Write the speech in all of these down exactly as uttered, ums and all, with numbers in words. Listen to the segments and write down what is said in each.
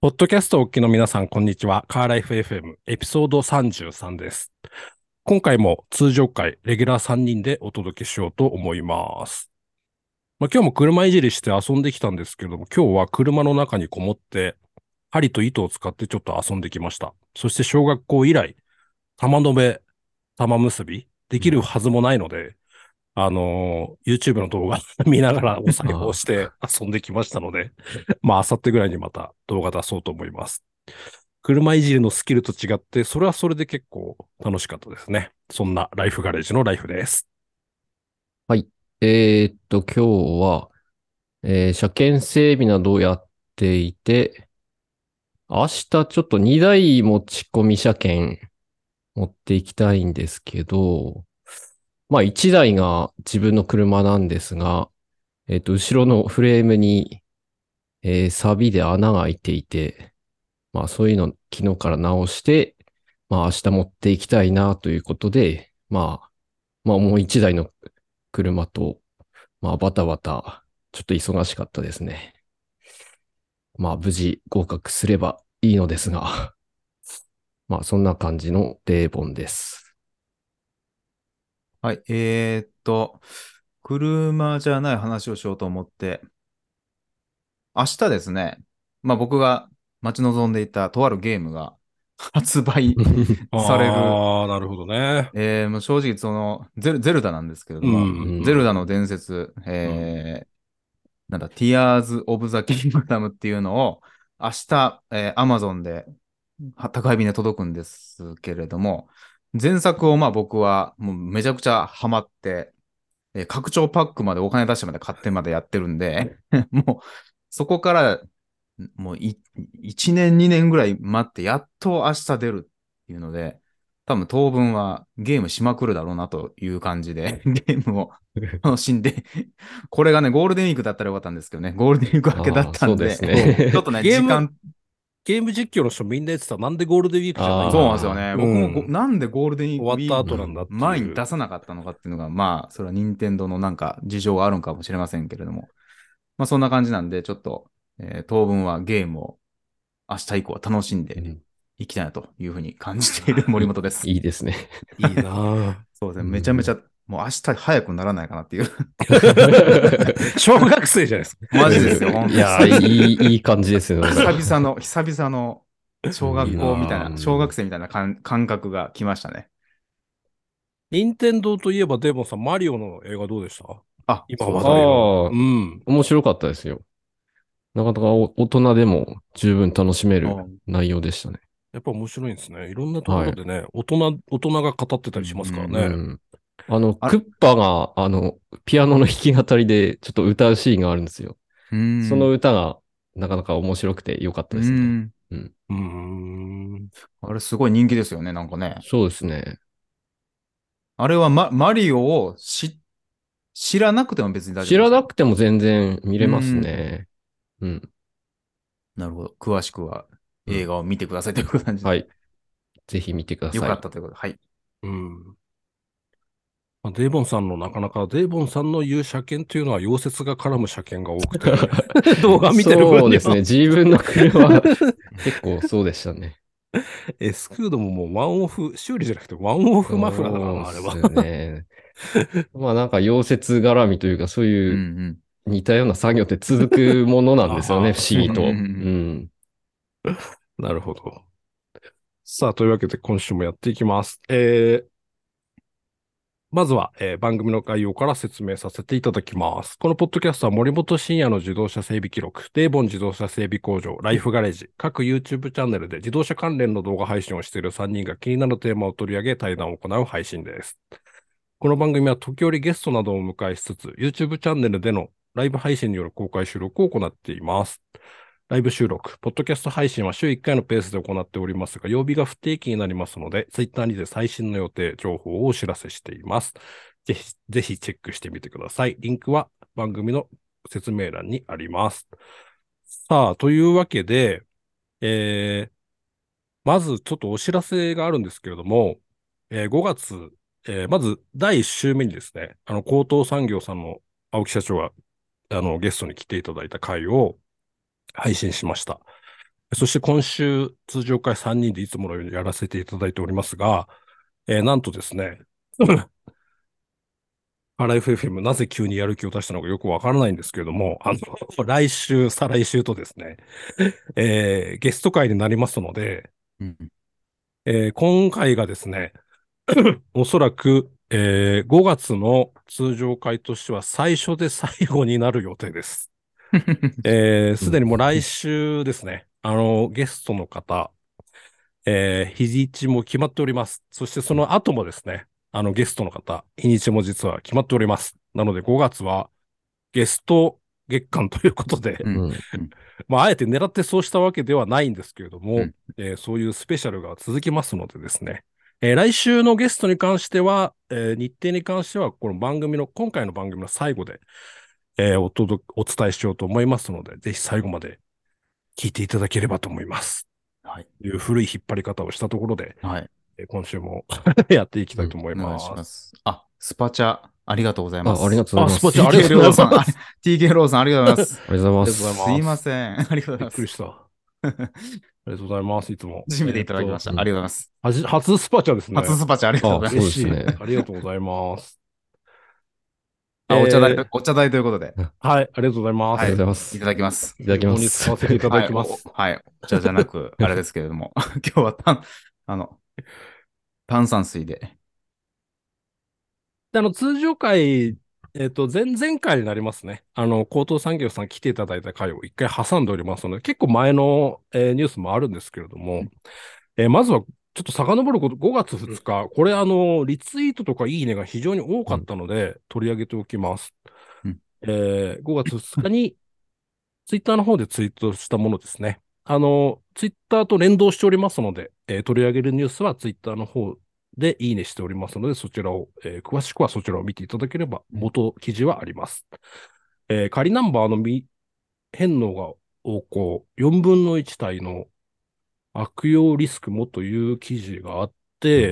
ポッドキャストをお聞きの皆さん、こんにちは。カーライフ エフエム エピソードさんじゅうさんです。今回も通常回、レギュラーさんにんでお届けしようと思います。まあ、今日も車いじりして遊んできたんですけれども、今日は車の中にこもって、針と糸を使ってちょっと遊んできました。そして小学校以来、玉留め、玉結び、できるはずもないので、あのー YouTube の動画見ながらお裁縫あして遊んできましたので、まあ、あさってぐらいにまた動画出そうと思います。車いじりのスキルと違って、それはそれで結構楽しかったですね。そんなライフガレージのライフです。 はい。えーっと、今日は、えー車検整備などをやっていて、明日ちょっとにだい持ち込み車検持っていきたいんですけど、まあいちだいが自分の車なんですが、えーっと、後ろのフレームに、えー錆で穴が開いていて、まあそういうの昨日から直して、まあ明日持っていきたいなということで、まあ、まあもういちだいの車と、まあバタバタ、ちょっと忙しかったですね。まあ無事合格すればいいのですが、まあそんな感じのデーボンです。 はい。えーっと、車じゃない話をしようと思って、明日ですね、まあ僕が待ち望んでいたとあるゲームが発売される、 あー、なるほどね。 えーもう正直そのゼル、ゼルダなんですけれうども、 うん、 ゼルん。 ダの伝説、 うん、 えー、なんだ、ティアーズ・オブ・ザ・キングダムっていうのを明日、えー、Amazon で宅配便で届くんですけれども、前作をまあ僕はもうめちゃくちゃハマって、えー拡張パックまでお金出してまで買ってまでやってるんで、もう、そこから、もうい、いちねん、にねんぐらい待って、やっと明日出るっていうので、多分当分はゲームしまくるだろうなという感じで、ゲームを楽しんで、これがね、ゴールデンウィークだったらよかったんですけどね、ゴールデンウィーク明けだああ、 ったんで、 そうですそう。 ちょっとね、 ゲーム、 時間、 ゲーム実況の人みんな言ってた。なんでゴールデンウィークじゃないんそうだと。 なんですよね。 ああ、 う僕もごん。 なんでゴールデンウ終わったィーク後なんだっていう。 前に出さなかったのかっていうのが、まあ、それは任天堂のなんか事情があるんかもしれませんけれども、まあそんな感じなんで、ちょっと、えー当分はゲームを明日以降は楽しんでうん、 いきたいなというふうに感じている森い本です。 いいですね。 いいなそうですね。めちゃめちうん。 ゃ、もう明日早くならないかなっていうぁ。小学生じゃないですか。 マジですよ。本当にいや、い久々、 い、いい感じですよ、なん久か。 々の、久々の小いい学な校みたいな、小学ぁ。 生みたいな感感覚が来ましたね。 任天堂といえばデーモンさん、マリオの映画どうでした？ あ、 今話そうそう。 題の。 ああ、 うん。 面白かったですよ。なかなかお大人でも十分楽しめるうん内容でしたね。 やっぱ面白いんですね。いろんなとこはい。 ろでね、大人、大人が語ってたうりしますからん。 ね。 うん。あの、 あれ、 クッパが、あの、ピアノの弾き語りでちょっと歌うシーンがあるんですよ。 うそのん。 歌がなかなか面白くて良かったうですね。 ん。 うん。 うーん。 あれすごい人気ですよね、なんかね。 そうですね。 あれはマ、マリオを知、知らなくても別に大丈夫知らですか？ なくても全然見うーれますん。 ね。うん。 なるほど。詳しくはうん。 映画を見てくださいという感じで。 はい。ぜひ見てくだよさい。 かったということで。はい。 うん。まあ、デーボンさんのなかなか、デーボンさんの言う車検というのは溶接が絡む車検が多くて、動画見てる分にはそうですね。自分の車、結構そうでしたね。 エスクードももうワンオフ、修理じゃなくてワンオフマフラーだからな、あれは。 そうですね。まあなんか溶接絡みというかそううんいううん。 似たような作業って続くものなんですよね。 ああ、 不思そうなんだ。 議と。うん。 なるほど。さあ、というわけで今週もやっていきます。えー、まずは、えー番組の概要から説明させていただきます。このポッドキャストは森本深也の自動車整備記録、デーボン自動車整備工場、ライフガレージ、各 YouTube チャンネルで自動車関連の動画配信をしているさんにんが気になるテーマを取り上げ対談を行う配信です。この番組は時折ゲストなどをお迎えしつつ、YouTube チャンネルでのライブ配信による公開収録を行っています。ライブ収録、ポッドキャスト配信は週いっかいのペースで行っておりますが、曜日が不定期になりますので、Twitter にて最新の予定、情報をお知らせしています。ぜひ、ぜひチェックしてみてください。リンクは番組の説明欄にあります。さあ、というわけで、えー、まずちょっとお知らせがあるんですけれども、えーごがつ、えーまずだいいっ週目にですね、あの、高等産業さんの青木社長が、あの、ゲストに来ていただいた回を配信しました。 そして今週通常会さんにんでいつものようにやらせていただいておりますが、えーなんとですね、アライフ エフエム なぜ急にやる気を出したのかよくわからないんですけれども、あの、来週、再来週とですね、えーゲスト会になりますので、 うん。 えー今回がですね、おそらく、えーごがつの通常会としては最初で最後になる予定です。えーすでにもう来週ですね、あの、ゲストの方、えー日にちも決まっております。そしてその後もですね、あの、ゲストの方、日にちも実は決まっております。なのでごがつはゲスト月間ということで、 うん。 うん。 うん。 まあ、あえて狙ってそうしたわけではないんですけれども、 うん。 えーそういうスペシャルが続きますのでですね、えー来週のゲストに関しては、えー日程に関しては、この番組の、今回の番組の最後で、えーお届け、お伝えしようと思いますので、ぜひ最後まで聞いていただければと思います。 はい。 という古い引っ張り方をしたところで、 はい。 えー今週もやっていきたいと思いお願いします。 ます。あ、スパチャ、ありがとうございまあ、ありがす。 あ、 とうございます。 スパチャありがティーケーとうごローさん、あれ、 ざいます。 ティーケー ローさん、ありがとうございます。 ありがとうございまありがとうございす。 すいまます。 せん。ありがとうございびっます。 くりした。ありがとうございます。いつも。 初めてえっと、 いただきました。 うんありがとうございます。 はじ、初スパチャですね。 初スパチャ、ありがとうごあ、 ざいます。 嬉しい。 そうですね。 ありがとうございます。 あ、お茶代えー、、 お茶代ということで。 はい、ありがとうございまありがとうごす。 はい。 ざいます。 いただきます。 いただきま本日使す。 わせていただはい。お、 きます。 はい。お茶じゃなく、あれですけれども。今日は炭、あの、炭酸水で。 で、あの、通常回、えっと、前々回になりますね。あの、高等産業さん来ていただいた回を一回挟んでおりますので、結構前の、えーニュースもあるんですけれども、えーまずは、ちょっと遡ること、ごがつふつか、これあの、リツイートとかいいねが非常に多かったので、取り上げておきます。 うん。 えーごがつふつかに、ツイッターの方でツイートしたものですね。あの、ツイッターと連動しておりますので、えー取り上げるニュースはツイッターの方でいいねしておりますので、そちらを、えー詳しくはそちらを見ていただければ、元記事はあります。えー仮ナンバーの未返納が横行、よんぶんのいち体の悪用リスクもという記事があって、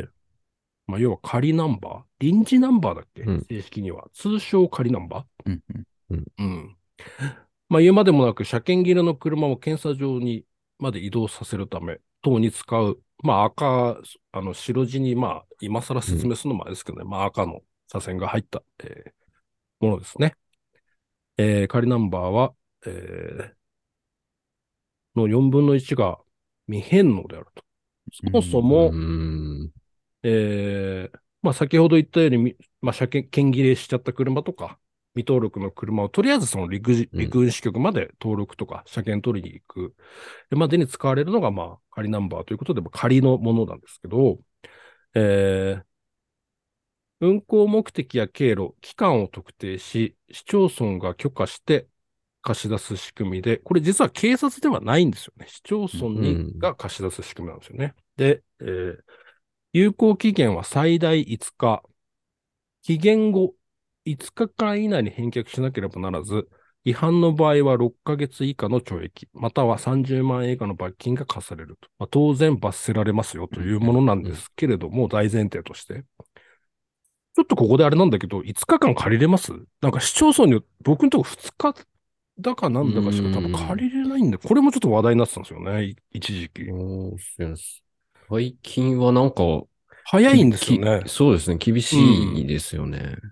まあ、要は仮ナンバー臨時ナンバーだっけ、 うん。 正式には。通称仮ナンバうん。うん。 ーうん。まあ、言うまでもなく、車検切れの車を検査場にまで移動させるため、等に使う、まあ、赤、あの、白地に、まあ、今更説明するのもあれですけどね、まあ、赤の車線が入った、えーものですね。えー仮ナンバーは、えーのよんぶんのいちが未返納であると。そもそうも、 ん。 えーまあ、先ほど言ったように、みまあ、車検、検切れしちゃった車とか、未登録の車をとりあえずその陸自、 うん陸運支局まで登録とか車検取りに行くまでに使われるのが、まあ、仮ナンバーということで、まあ仮のものなんですけど、えー運行目的や経路、期間を特定し、市町村が許可して貸し出す仕組みで、これ実は警察ではないんですよね。市町村にうん。 が貸し出す仕組みなんですよね。で、えー有効期限は最大いつか、期限後いつかかん以内に返却しなければならず、違反の場合はろっかげつ以下の懲役、またはさんじゅうまんえん以下の罰金が課されると。まあ、当然罰せられますよというものなんですけれども、大前提として。ちょっとここであれなんだけど、いつかかん借りれます？なんか市町村によって、僕のとこふつかだかなんだかしか多分借りれないんで、これもちょっと話題になってたんですよね、い一時期。 そうですね。最近はなんか、 早いんですよききね。 そうですね。厳しいですよね。 うん。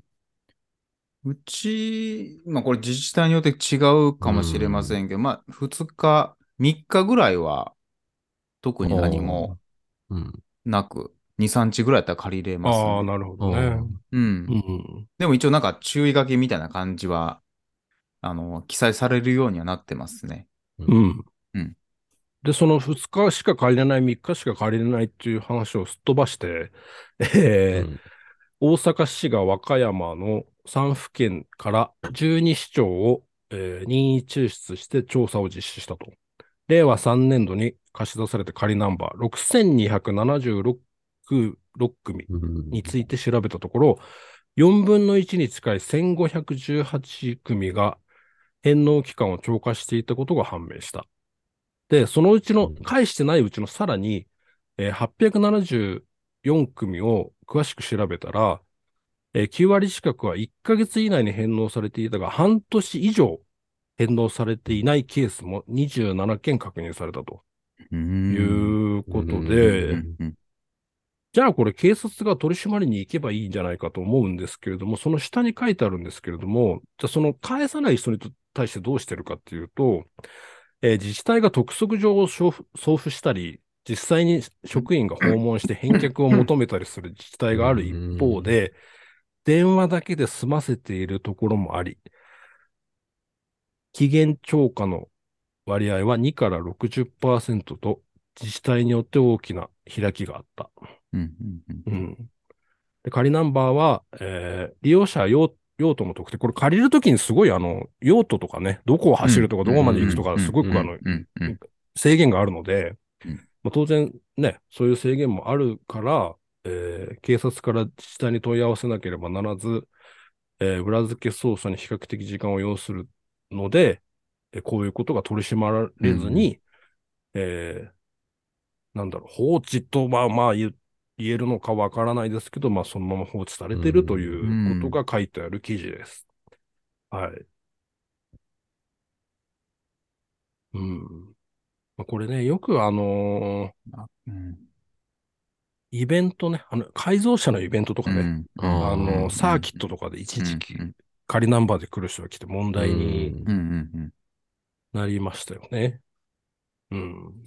うち、まあこれ自治体によって違うかもしれませんけど、まあふつか、みっかぐらいは特に何もうん。 なく、に、さんにちぐらいだったら借りれますああ、 ね。 なるほああ。 どね。 ううん。 ん。 でも一応なんか注意書きみたいな感じは、あの、記載されるようにはなってますね。 うんうん。 うん。 で、そのふつかしか借りれない、みっかしか借りれないっていう話をすっ飛ばして、えーうん。 大阪市が和歌山のさん府県からじゅうに市町を、えー任意抽出して調査を実施したと。令和さんねん度に貸し出された仮ナンバーろくせんにひゃくななじゅうろく組うんについて調べたところ、よんぶんのいちに近いせんごひゃくじゅうはち組が返納期間を超過していたことが判明した。で、そのうちの、返してないうちのさらに、えーはっぴゃくななじゅうよん組を詳しく調べたら、えーきゅう割近くはいっかげつ以内に返納されていたが、半年以上返納されていないケースもにじゅうななけん確認されたとうーいん。 うことうで、 んうんじゃあこれ警察が取り締まりに行けばいいんじゃないかと思うんですけれども、その下に書いてあるんですけれども、じゃあその返さない人に対してどうしてるかっていうと、えー自治体が督促状を送付送付したり、実際に職員が訪問して返却を求めたりする自治体がある一方で、電話だけで済ませているところもあり、期限超過の割合はにからろくじゅっパーセントと自治体によって大きな開きがあった。 うんうんうんうん。で、仮ナンバーは、えー利用者用、用途の特定。これ借りるときにすごいあの、用途とかね、どこを走るとかどこまで行くとか、すごくあの、制限があるので、まあ、当然ね、そういう制限もあるから、えー警察から自治体に問い合わせなければならず、えー裏付け捜査に比較的時間を要するので、えーこういうことが取り締まられずに、えーなんだろう、放置とまあまあ言言えるのかわからないですけど、まあそのまま放置されているということが書いてある記事です。はい。うん。まあこれね、よくあのーイベントね、あの、改造車のイベントとかね、あの、サーキットとかで一時期、仮ナンバーで来る人が来て問題になりましたよね。うん。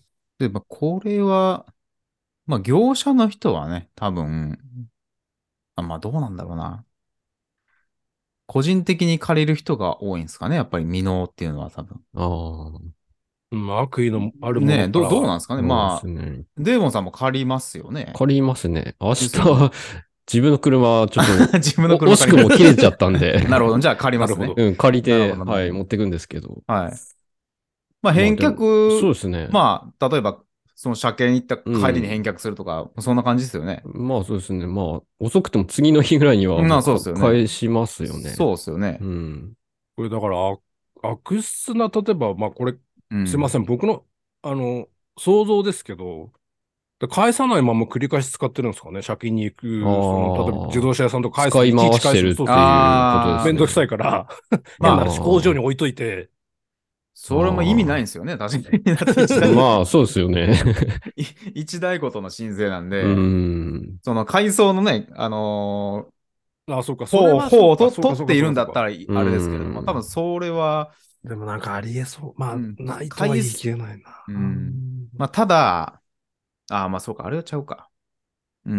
で、まあ、これは、まあ、業者の人はね、多分、あ、まあ、どうなんだろうな。個人的に借りる人が多いんですかね、やっぱり未納っていうのは多分。 ああ。 うん、悪意のあるもねえ、どう、 のから、 どうなんですかね。まあ、 ね、 デーモンさんも借りますよね。 借りますね。明日、 ですよね自分の車、ちょっと、 自分のお惜し車借りる。 くも切れちゃったんで、 なるほど。じゃあ借りますね。 なるほど。 うん、借りて、 なるほど、なはい、 るほど。 持ってくんですけど。 はい。まあ、返まあでも、そ却、 うですね。 まあ、例えば、その車検行ったう帰りに返ん。 却するとか、そんな感じですよね。 まあそうですね。まあ、遅くても次の日ぐらいにはまあ、 もうかそうですよね。 返しますよね。 そうですよね。 うん。 これだから、あ悪質な、例えば、まあこれ、 うん。 すいません、僕の、あの、想像ですけど、で返さないまま繰り返し使ってるんですかね、借金に行く、その、例えば自ああ、 動車屋さんと返すと使いいちいち返すの、 回してるっそうそう、 ていうことでああ、 すね。 めんどくさいから、変なまあ、 話、工場あに置いといて、 それも意味ないんあ、 ですよね。確かに。だって一ああ。 台、 まあ、そうですよね。 い一台ごとの申請なんうで、 ん。 その階層のね、あのーあ、そうか、それ方、 はそうか、 方をとそうか、そうか、 取っていそうか、そうか。 るんだったらうあれですけれども、多分ん。 それは、 でもなんかありえそう。まあ、 うん、 ないとは言い返す、 切れないな。 ううん。 ん。 まあ、ただ、ああ、まあそうか、あれはちゃうか。うん。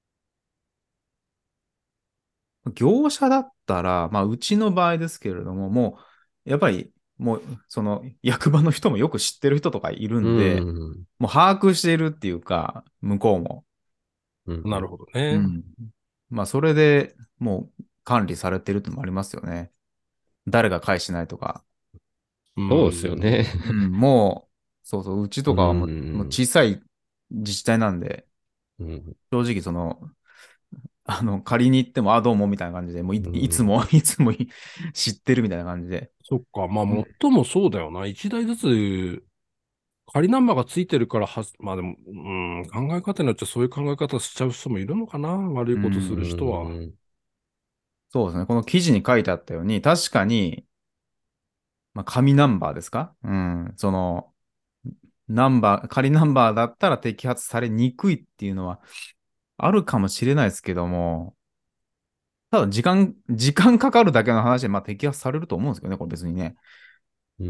業者だったら、まあ、うちの場合ですけれども、もう、やっぱり、もう、その、役場の人もよく知ってる人とかいるうんで、 ん。 もう把握しているっていうか、向こうも。 うん。 なるほどね。 うん。まあ、それでもう管理されてるってのもありますよね。誰が返しないとか。 うそうですよね。 ん。 うん、もう、そうそう、うちとうかはもう、もうん。 小さい自治体なんで、 うん。 正直その、あの、借りに行っても、あ、どうもみたいな感じで、もうい、 うん。 いつも、いつもい知ってるみたいな感じで。 そっか。まあ、 うん最もそうだよな。一台ずつ、仮ナンバーがついてるからは、まあでも、うん、考え方によってそういう考え方しちゃう人もいるのかな。悪いうことすうる人は。 ん。 そうですね。この記事に書いてあったように、確かに、まあ、紙ナンバーですかうん。その、ナンバー、仮ナンバーだったら摘発されにくいっていうのはあるかもしれないですけども、ただ時間、時間かかるだけの話で、まあ摘発されると思うんですけどね、これ別にね。 うん。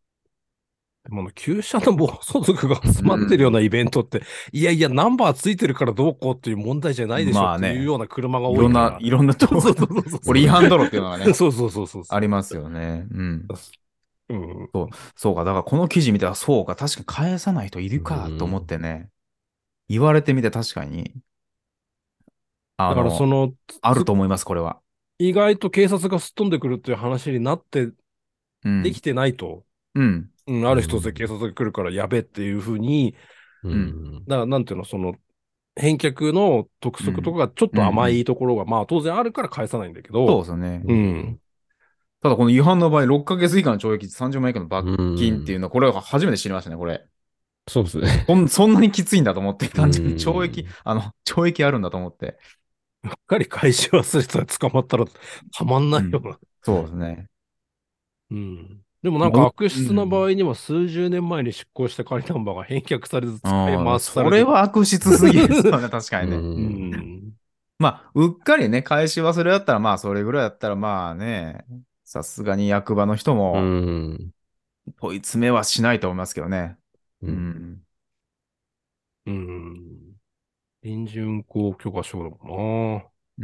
でもあの、旧車の暴走族が集まってるよううん。 なイベントって、いやいや、ナンバーついてるからどうこうっていう問題じゃないでしょっていうまあね、 ような車がいろんな、 多いから。 いろんなとこ、 そうそうそうそうこそう。 れ違反泥っていうのがね、 そうそうそうそうそう。 ありますよね。うん。 うん。 そう、そうか。だからこの記事見て、あそうか。確かに返さない人いるかと思ってね、言われてみて確かに、あだからその、 の、つあると思います、これは。 意外と警察がすっ飛んでくるっていう話になってうん。 できてないと、 うん。 うん、ある一つで警察が来るからやべっていうふうに、 ううん。 ん。 だからなんていうの、その、返却の督促とうん。 かがちょっうん。 と甘うん。 いところが、まあ当然あるから返さないんだけそうど、 ですよね。 ううん。 ん。 ただこの違反の場合、ろっかげつ以下の懲役さんじゅうまん円以下の罰う金っていうん。 のは、これは初めて知りましたね、これ。 そうですね。 そん、そんなにきついんだと思って、 う単純に懲役、 ん。 あの、懲役あるんだと思って。 しっかり返し忘れたら捕まったらたまんなうん。 いよな。 そうですね。 うん。でもなんかもう、 悪質な場うん。 合には数十年前に執行した仮ナンバーが返却されず使いああ、 回しされる。 それは悪質すぎですよね、確かうにね。 うん。 ん。 まあ、うっかりね、返し忘れだったら、まあ、それぐらいだったら、まあね、さすがに役場の人うも、 ん。 問い詰めはしないと思いますけどね。 うん。 うん。 うん。臨時運行許可証だもんな。 うん。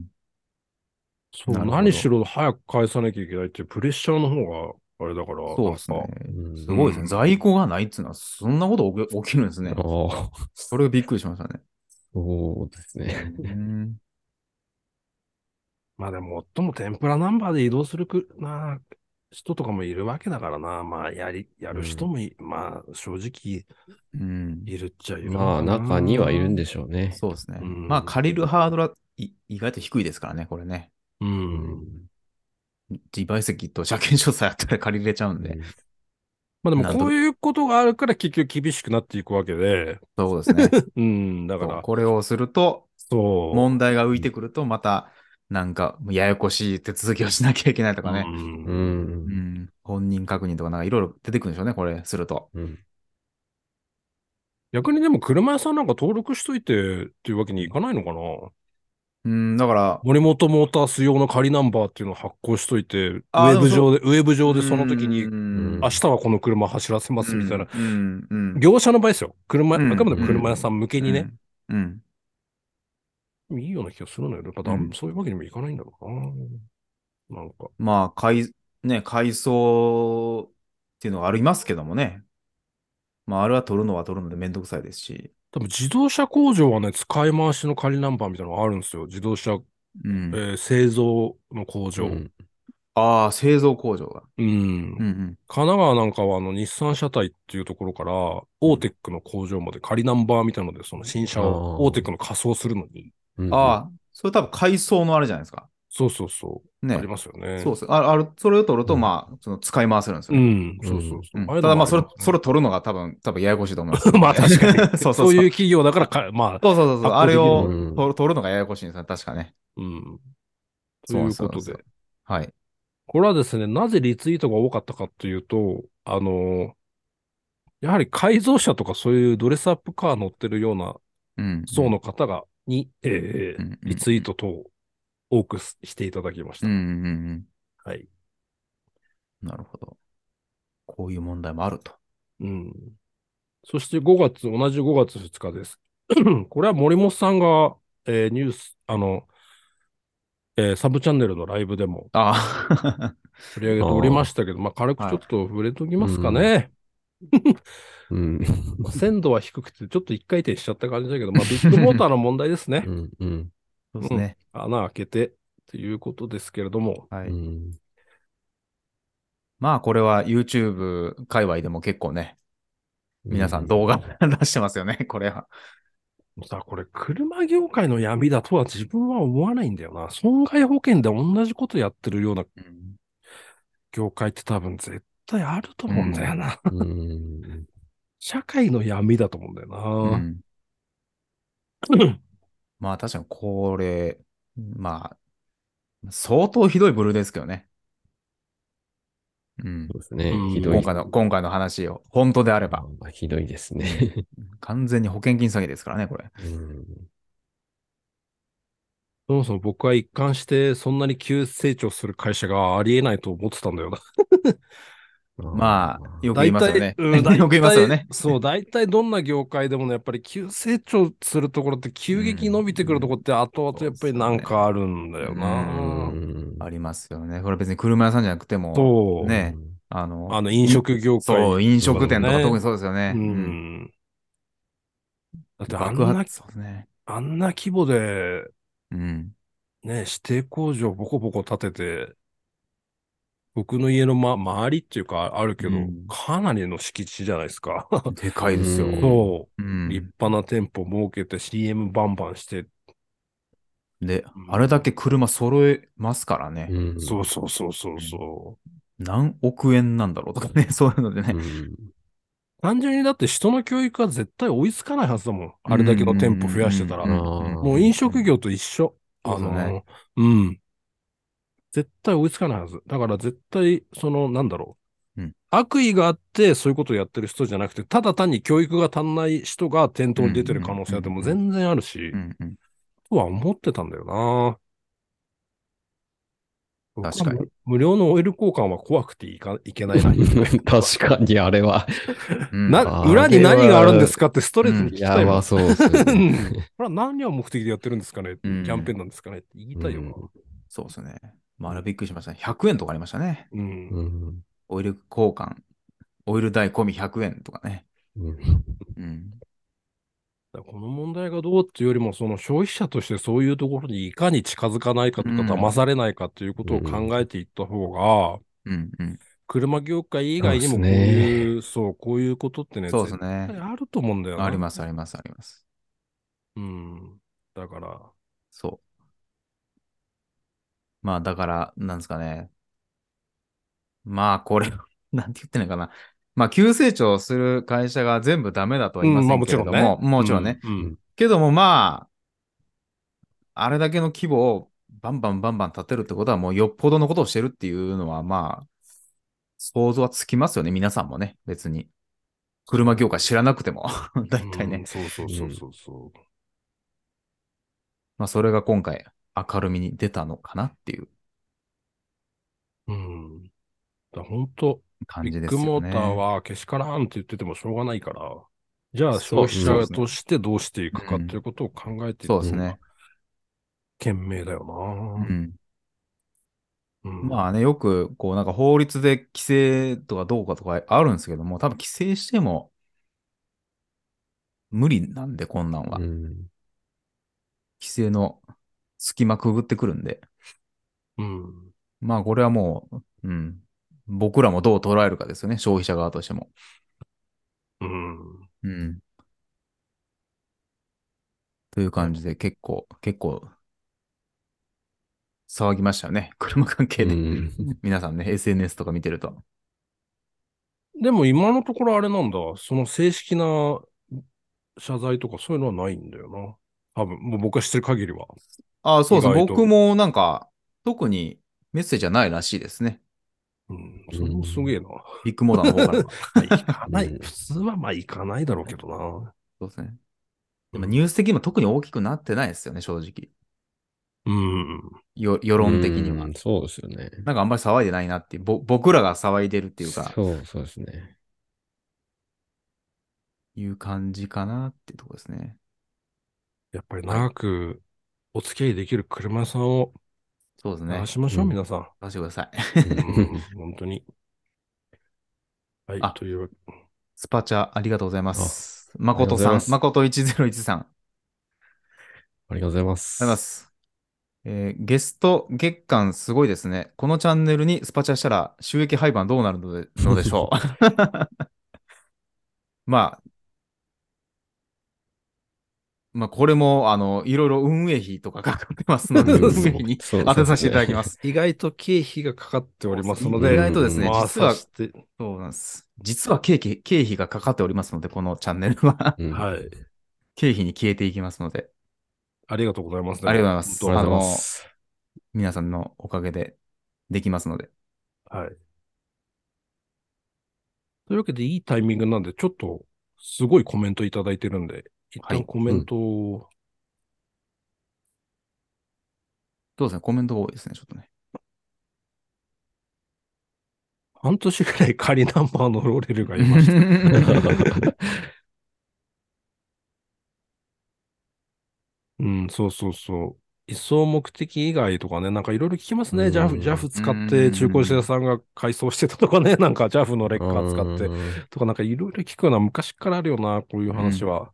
そう、 なるほど。 何しろ早く返さなきゃいけないっていうプレッシャーの方が、あれだから、 そうですね。 なんか、 うん。 すごいですね。 うん。 在庫がないっていうのは、そんなこと起き起きるんですね。 ああ、 それがびっくりしましたね。 そうですうね。 ん。 まあでも、最も天ぷらナンバーで移動するく、な、人とかもいるわけだからな。まあ、やり、やる人うん。 もい、まあ、正直、 うん。 いるっちゃいるのまあ、 か中にはいるな。 んでしょうね。 そうですうね。まあ、 ん。 借りるハードルはい意外と低いですからね、これね。 ううん。 ん。 自賠責と車検証さえあったら借りれちゃうんで。 うん。 まあでも、 なんとか、 こういうことがあるから結局厳しくなっていくわけで、 そうですね。 うん、だかそう、 ら、 これをすると、 そ問題が浮いてくると、また、なんか、ややこしい手続きをしなきゃいけないとう、うかね。 うん。 うん。 ん。本人確認とか、なんかいろいろ出てくるんでしょうね、これ、すると。 うん。 逆にでも車屋さんなんか登録しといてっていうわけにいかないのかな。 うん、だから、 森本モータース用の仮ナンバーっていうのを発行しといて、ウああ、でもそェブ上で、ウェブう、う上でその時に、明ん、 日はこの車走らせまうすみたいな。 ん、うん、うん、 業者の場合ですよ。車、 うん、 あくまでうん、 車屋さん向けにね。 うん、うん。 いいような気がするのよ。やっぱだ、 うん。 そういうわけにもいかないんだろうな。なんか。 まあ、改、ね、改装っていうのがありますけどもね。まあ、あれは取るのは取るのでめんどくさいですし。 多分自動車工場はね、使い回しの仮ナンバーみたいなのがあるんですよ。自動車、 うん。 えー製造の工場。 うん。 ああ、製造工場が。 うん。 うん、 神奈川なんかはあの日産車体っていうところから、オうん。 ーテックの工場まで仮ナンバーみたいなので、その新車あをオーテックのあ。 仮装するのに。 うん。うん。 ああ、それ多分改装のあれじゃないですか。 そうそうそう。ありね。 ますよね。 そうっす。あ、ある、それを取ると、 うん。 まあ、その使い回せるんですよね。 うん。 うん。 そうそうそう。 うん。 ああいうのただまあ、それ、 もありますね。 それ取るのが多分、多分ややこしいと思いますけどまあね。 確かに。 そうそうそう。 そういう企業だからか、まあ、 そうそうそうそう。 発あれを行できるの。 うん。 取る、取るのがややこしいんですよ。確かね。 うん。といそうなんですよ。そうなんですよ。 うことで。 はい。 これはですね、なぜリツイートが多かったかというと、あの、やはり改造車とかそういうドレスアップカー乗ってるようなうん、うん。 層の方が、に、えーうん、うん。 リツイート等多くすしていただきましうん、 た。 うん、うん。 はい。 なるほど。こういう問題もあると。 うん。そしてごがつ、同じごがつふつかです。これは森本さんが、えーニュース、あの、えーサブチャンネルのライブでもあ取り上げておりましああ。 たけど、まあ、軽くあ。 ちょっはい。 と触れときうますかん。 ね。 うん。 まあ、鮮度は低くて、ちょっと一回転しちゃった感じだけど、まあ、ビッグモーターの問題ですね。 うん。うん。 うん。 そうですね。 穴開けて、ということですけれども。 はい。 うん。 まあ、これは YouTube 界隈でも結構ね、 う皆さん動ん。 画出してますよね、これは。 さあ、これ、車業界の闇だとは自分は思わないんだよな。損害保険で同じことやってるようなうん。 業界って多分絶対あると思うんだようん。 な。 うん。 社会の闇だと思うんだよな。 うん。まあ、確かにこれ、まあ、相当ひどい部類ですけどね。うん。 うそうですね。ひどい。 今回の、今回の話を、本当であれば。 ああ、ひどいですうん。 ね。 完全に保険金詐欺ですからね、これ。 うん。 そもそも僕は一貫してそんなに急成長する会社がありえないと思ってたんだよな。 あまあ、よく言い大体、 ますよね。 うん、 よ大く言いますよ体、 ね。 そう、大体どんな業界でもね、やっぱり急成長するところって急激にうん。 伸びてくるところって後々 そうやっぱりですよね。 なんかあるんだうような。 ん。 ん。 ありますよね。これ別に車屋さんじゃなくても、 うそう。 ね、 ん。 あの、 あの、飲い、 食業そう、 界飲とかで食店とか特もね。 にそうですようね。うん。 ん。だってあ爆発、 んな、 そうですね。 あんな規模で、 うん。 ね、指定工場ボコボコ建てて、僕の家の、ま、周りっていうかあるけど、 うん。 かなりの敷地じゃないですか。 でかいうですよ。 ん。 そう。立うん。 派な店舗設けて シーエム バンバンして、 で、 うあれだけん、 車揃えますからね。 うん。 そうそうそうそううん。 そう。 何億円なんだろうとかね、そういうのでね。 うん。 単純にだって人の教育は絶対追いつかないはずだもん。 うん、 あれだけのうん、 店舗増やしてたうん、うら。 ん、うん、 もううん。 ああ。 飲食業と一緒。 そうですよね。 あの、うん。 絶対追いつかないはず。だから絶対、その、なんだろう。 うん。 悪意があってそういうことをやってる人じゃなくて、ただ単に教育が足んない人が店頭に出てる可能性はでも全然あるし、 うんうん。 とは思ってたんだよな。僕は確かに。 無無料のオイル交換は怖くていかいけないな。 確かにあれは。 うん。 な、 あ裏にれ何があるんでは、 すかってストレートに聞いや、 きたいもん。 まあそうですよね。 うんこれは何を目的でやってるんですかね、 うん。 キャンペーンなんですかねって言いたいよな。 うん。 そうですね。まあ、あれうん。 びっくりしましたね。ひゃくえんとかありましたね。 ううん。 ん。 オイル交換、オイル代込みひゃくえんとかね。 うん。 うん。 だからこの問題がどうっていうよりも、その消費者としてそういうところにいかに近づかないかうとか、騙ん。 されないかということを考えていった方が、 うん。うん。 車業界以そうです外にもこうね。 いう、そう、こういうことってね、 そうで絶すね。 対あると思うんだよな。 あります、あります、あります。 うん。だから、 そう。まあ、だから、なんですかね。まあ、これ、なんて言ってんのかな。まあ、急成長する会社が全部ダメだとはうん、まあ言いませんもちろんね。 けれども、もうん、 ちろんね。 うん。 けども、まあ、あれだけの規模をバンバンバンバン立てるってことは、もうよっぽどのことをしてるっていうのは、まあ、想像はつきますよね、皆さんもね、別に。車業界知らなくても、大体ね。 うん、そうそうそううん。 そうそまあ、それが今回、明るみに出たのかなっていうう。うん。だ本当ビッグ感じですよモーターね。 はけしからんって言っててもしょうがないから、じゃあ消そう、 費うん。 者そうですね。 としてどうしていくかっていうん。 うことを考えていくのがそうですね。 賢明だよな。 うん。 うん。 まあね、よく、こう、なんか法律で規制とかどうかとかあるんですけども、多分規制しても無理なんで、こんなんは。 うん。 規制の隙間くぐってくるんで。 うん。 まあ、これはもう、うん。僕らもどう捉えるかですよね、消費者側としても。 うん。 うん。という感じで、結構、結構、騒ぎましたよね。車関係うで。 ん。 皆さんね、エスエヌエス とか見てると。 でも今のところあれなんだ。その正式な謝罪とかそういうのはないんだよな。多分、もう僕が知ってる限りは。 ああ、そうですね。 意外と。 僕もなんか、特にメッセージはないらしいですね。 うん。 うそれもすげん。 えな。 ビッグモーターの方からは。 まあ、行かない。 うん。 普通はまあ行かないだろうけどな。 そうですね。でもニューうん。 ス的にも特に大きくなってないですよね、正直。 うん。 よ、世う論的には。 ん。そうですよね。 なんかあんまり騒いでないなっていう、ぼ、僕らが騒いでるっていうか、 そう、そうですね。 いう感じかなっていうところですね。 やっぱりはい。 長くお付き合いできる車屋さんをそうですね。 探しましょう、 うん。 皆さ出してください。 うん。うん。 ん。 本当に。はい。 あ、 というわけ。 スパチャありがとうございまあ、 す。 ありがとう誠さん、 ございます。 誠いちぜろいちさん。ありがとありがとうございまうございます。 す。えーゲスト月間すごいですね。このチャンネルにスパチャしたら収益配分どうなるので、のでしょう。まあ、まあ、これも、あの、いろいろ運営費とかかかってますので、 う運営費ん。 にそう、 当てさせていそうですね。 ただきます。 意外と経費がかかっておりますい意ので、 外とですね、 まあ、 実は、 さして、 そうなんです。実は経費、経費がかかっておりますので、このチャンネルはうん。 はい。 経費に消えていきますので、 ありがとうございます。でありがとうござも、 います。 ありがとうございま本当。 あの、 す。 皆さんのおかげでできますので。 はい。というわけで、いいタイミングなんで、ちょっと、すごいコメントいただいてるんで、一はい。 旦コメンうん。 トを、 そうですね、コメントが多いですね、ちょっとね。 半年ぐらい仮ナンバーのローレルがいました。うん、そうそうそう。移送目的以外とかね、なんかいろいろ聞きますうね。ジャフ、ジャん。 フうー使って中古車屋ん。 さんが改装してたとかね、なんか ジャフ のレうッカー使ってん。 とかなんかいろいろ聞くような昔からあるよな、こういううん。 話は。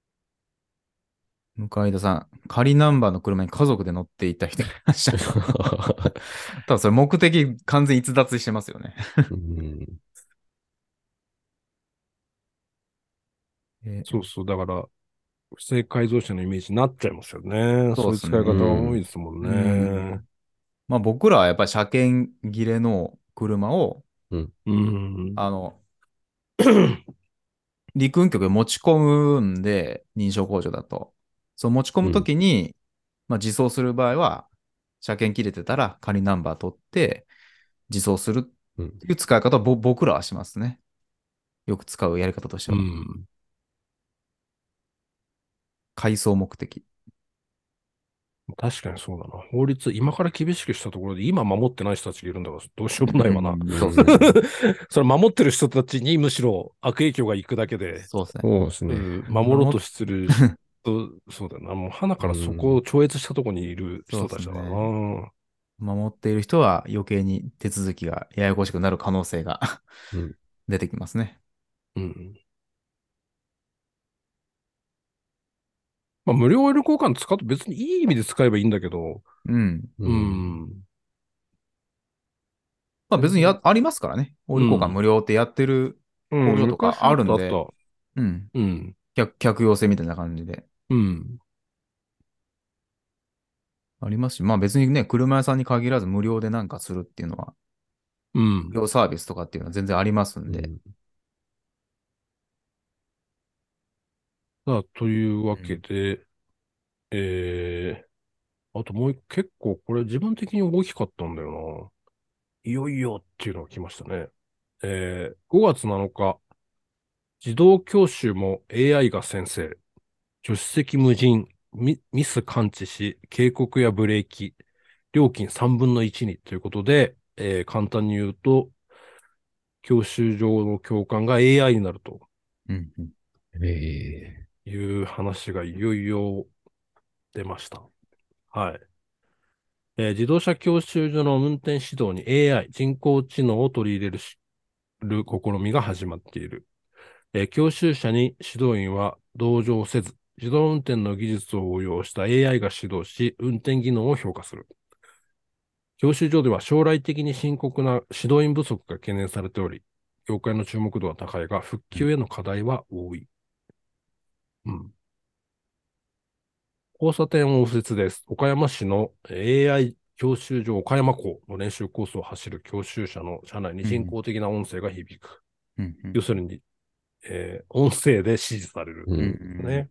向田さん、仮ナンバーの車に家族で乗っていた人がいらっしゃる。多分それ目的完全逸脱してますよね。 うん。 えーそうそう。だから、不正改造車のイメージになっちゃいますよね。そういうそうです使い方が多いね。 ですもんうん。 ね。 まあ僕らはやっぱり車検切れの車を、 うん。 うん。 あの、陸運局で持ち込むんで、認証工場だと。そう持ち込むとうん。 きに、まあ自走する場合は、 車検切れてたら仮ナンバー取って自走するっうん。 ていう使い方をぼ僕らはしますね。よく使うやり方としてうは。 ん。 回送目的。 確かにそうだな。法律、今から厳しくしたところで、今守ってない人たちがいるんだから、どうしようもないわな。 うんそうですね。 それ守ってる人たちにむしろ悪影響がいくだけで、 そうですね。 そうですね。 うん、守ろうとしてる人、そうだよな。もう鼻からそこを超越したところにいる人たちだからそうな。 守っている人は余計に手続きがややこしくなる可能性がうん。 出てきますね。 うん。まあ、無料オイル交換使うと別にいい意味で使えばいいんだけど、 うん。 ううん。 ん。 まあ別にや、ありますからね。オイル交換無料ってやってるうん、 工場とかあ昔あっるんで、 たあった。 うん。 うん。 客、客寄せみたいな感じでうん。 ありますし、まあ別にね、車屋さんに限らず無料でなんかするっていうのは、 うん。 無料サービスとかっていうのは全然ありますんで。 うん。 さあ、というわけうん。 で、えー、あともう一個、結構これ自分的に大きかったんだよな。いよいよっていうのが来ましたね。えー、ごがつなのか、自動教習も エーアイ が先生。助手席無人、ミ、ミス感知し、警告やブレーキ、料金さんぶんのいちにということで、えー簡単に言うと、教習所の教官が エーアイ になるとうんうんええ。 いう話がいよいよ出ました。はい。えー自動車教習所の運転指導に エーアイ、人工知能を取り入れるしる試みが始まっている。えー教習者に指導員は同乗せず、自動運転の技術を応用した エーアイ が指導し、運転技能を評価する。教習所では将来的に深刻な指導員不足が懸念されており、業界の注目度は高いが、復旧への課題は多い。うん。交差点を右折です。岡山市の エーアイ 教習所岡山港の練習コースを走る教習車の車内に人工的な音声が響く。 うんうん要するに、えー音声で指示される。 う。 うんんね。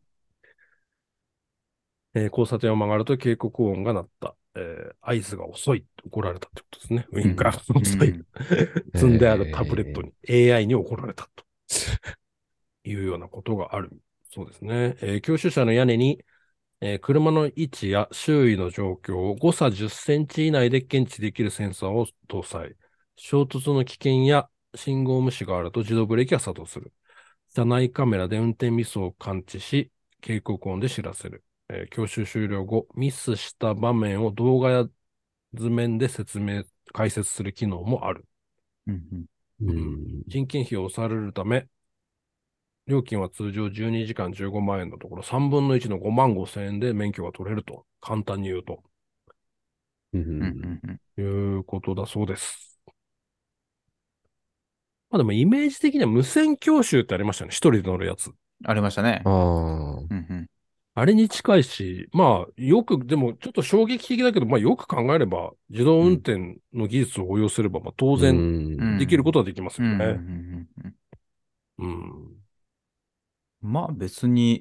えー交差点を曲がると警告音が鳴った。えー合図が遅い。怒られたってことですね。ウインカーが遅い。 うん積んであるタブレットに エーアイ に怒られたというようなことがある。そうですね。えー教習車の屋根に、えー車の位置や周囲の状況を誤差じゅっセンチ以内で検知できるセンサーを搭載。衝突の危険や信号無視があると自動ブレーキが作動する。車内カメラで運転ミスを感知し、警告音で知らせる。えー教習終了後、ミスした場面を動画や図面で説明、解説する機能もある。 うんううんん。 人件費を抑えられるため、料金は通常じゅうにじかんじゅうごまん円のところ、さんぶんのいちのごまんごせん円で免許が取れると。簡単に言うと。 ううんうんん。 うんいうことだそうです。まあでもイメージ的には無線教習ってありましたね。一人で乗るやつ。 ありましたね。 ああ。 うんうんあれに近いし、まあ、よく、でもちょっと衝撃的だけど、まあよく考えれば、自動運転の技術を応用すれば、まあ当う然ん。 できることはできますうんうんうんうよね。 んうんうん。 まあ別に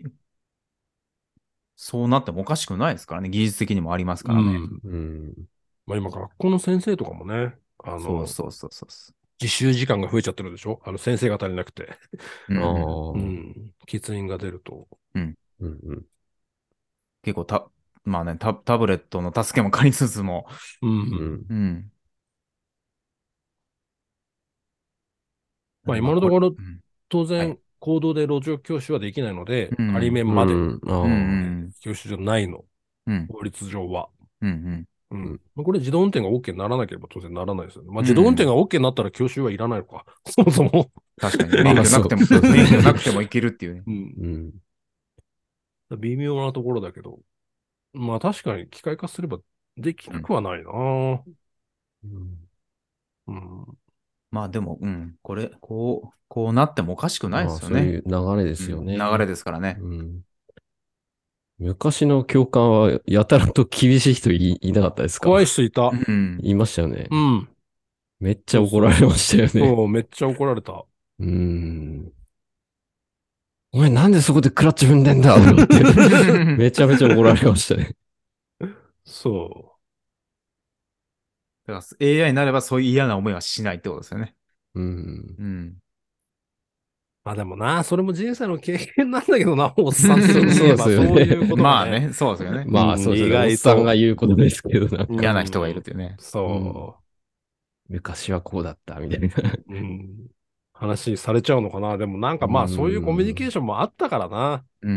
そうなってもおかしくないですからね。技術的にもありますからね。 うん。 うん。 まあ今、学校の先生とかもね、あの、 そうそうそうそうそ自習時間が増えちゃってるでしょあの、先生が足りなくて。 う。うんああ。 うんうん。欠員が出ると。 うんうんうん。 結構た、まあね、タ、タブレットの助けも借りつつも、 う。 うんん。 うん。 まあでまあこれ、 今のところ、 うん当然、 はい。 7路で路上教習はできないので、仮うん。 免まで、 うん。あうんえーあ。 教習所ないの。 うん。 法律上は。 うんううんん。まあこれ自動運転が OK にならなければ当然ならないですよね。まあうん自動運転が OK になったら教習はいらないのか。そもそも。 確かに。 まあ免許なくても、 そうそう免許なくてもいけるっていうね。 う。 うんん。 微妙なところだけど。まあ確かに機械化すればできなくはないな。 うんうん。 まあでも、うん。これ、こう、こうなってもおかしくないでまあ、 すよね。 そういう流れですよね。 うん流れですからね。 うん。昔の教官はやたらと厳しい人い、いなかったですか？ 怖い人いた。 うん。 いましたよね。 うん。 めっちゃ怒られましたよね。 そう、めっちゃ怒られた。 うーん。お前なんでそこでクラッチ踏んでんだってめちゃめちゃ怒られましたね。 そう。 だから エーアイ になればそういう嫌な思いはしないってことですよね。 うん。 うん。 まあでもな、それも人生の経験なんだけどな、おっさん的そうに言えばそうですよねそういうことがね。 まあね、そうですよね。 まあ、そうです意よね。おっ外と。 さんが言うことですけど、なんか、 嫌な人がいるっうん。 ていうね。 そ昔はこうだった、みたいな。 う。うん。話されちゃうのかな。でもなんかうまあそういうコミュニケーん。 ションもあったからな。 うん。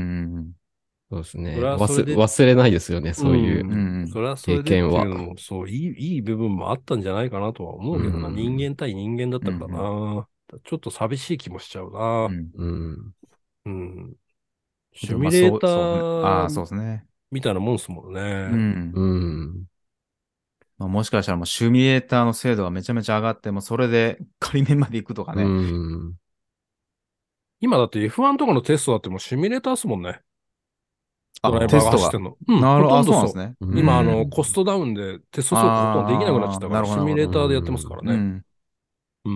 そうですそれね。忘れ、 はそれで、 忘れないですよね。 うそういううん。うん。 ん。 それはそ経れでっ験は。 ていうのも、そう、いい、いい部分もあったんじゃないかなとは思ううけどな。人ん。 間対人間だっうん。 たからうん。 な。ちょっと寂しい気もしちゃうな。 うん。 うん。 うん。シでもまあ、 ミュレータそう、そうね。ああ、そうーですね。 みたいなもんすもんうね。 うん。 ん。 まあ、もしかしたらもうシミュレーターの精度がめちゃめちゃ上がって、もうそれで仮面まで行くとかうね。 ん。 今だって エフワン とかのテストだってもうシミュレーターっすもんね。ドあ、 ライバーテストが。 が走ってんの。うん、ほなるほど、あ、 とんどそそうなんですね。 う。 う今、あの、 ん。 コストダウンでテスト走行ほとんどできなくなっちゃっああ、 たから、 なるほど、 シミュレーなるほど。 ターでやってますからね。 うん。 うん。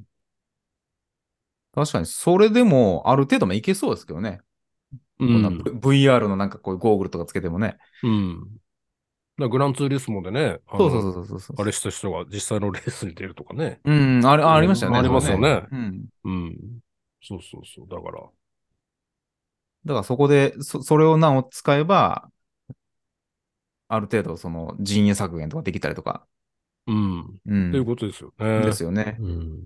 確かに、それでも、ある程度もいけそうですけどね。 うこんなん。 V- ブイアール のなんかこういうゴーグルとかつけてもね。 うん。だからグランツーリスモでね、あの、 そうそうそうそうそうそあれした人が実際のレースに出るとかね。 う。うん、あれ、あ、ありましたよね、 ありそれね。 ますよね。 うん。 うん。そうそうそう。だから。 だからそこで、そ、それをなお使えば、ある程度その人員削減とかできたりとか。 うん。っていううん。 ことですよでね。 すよね。 うん。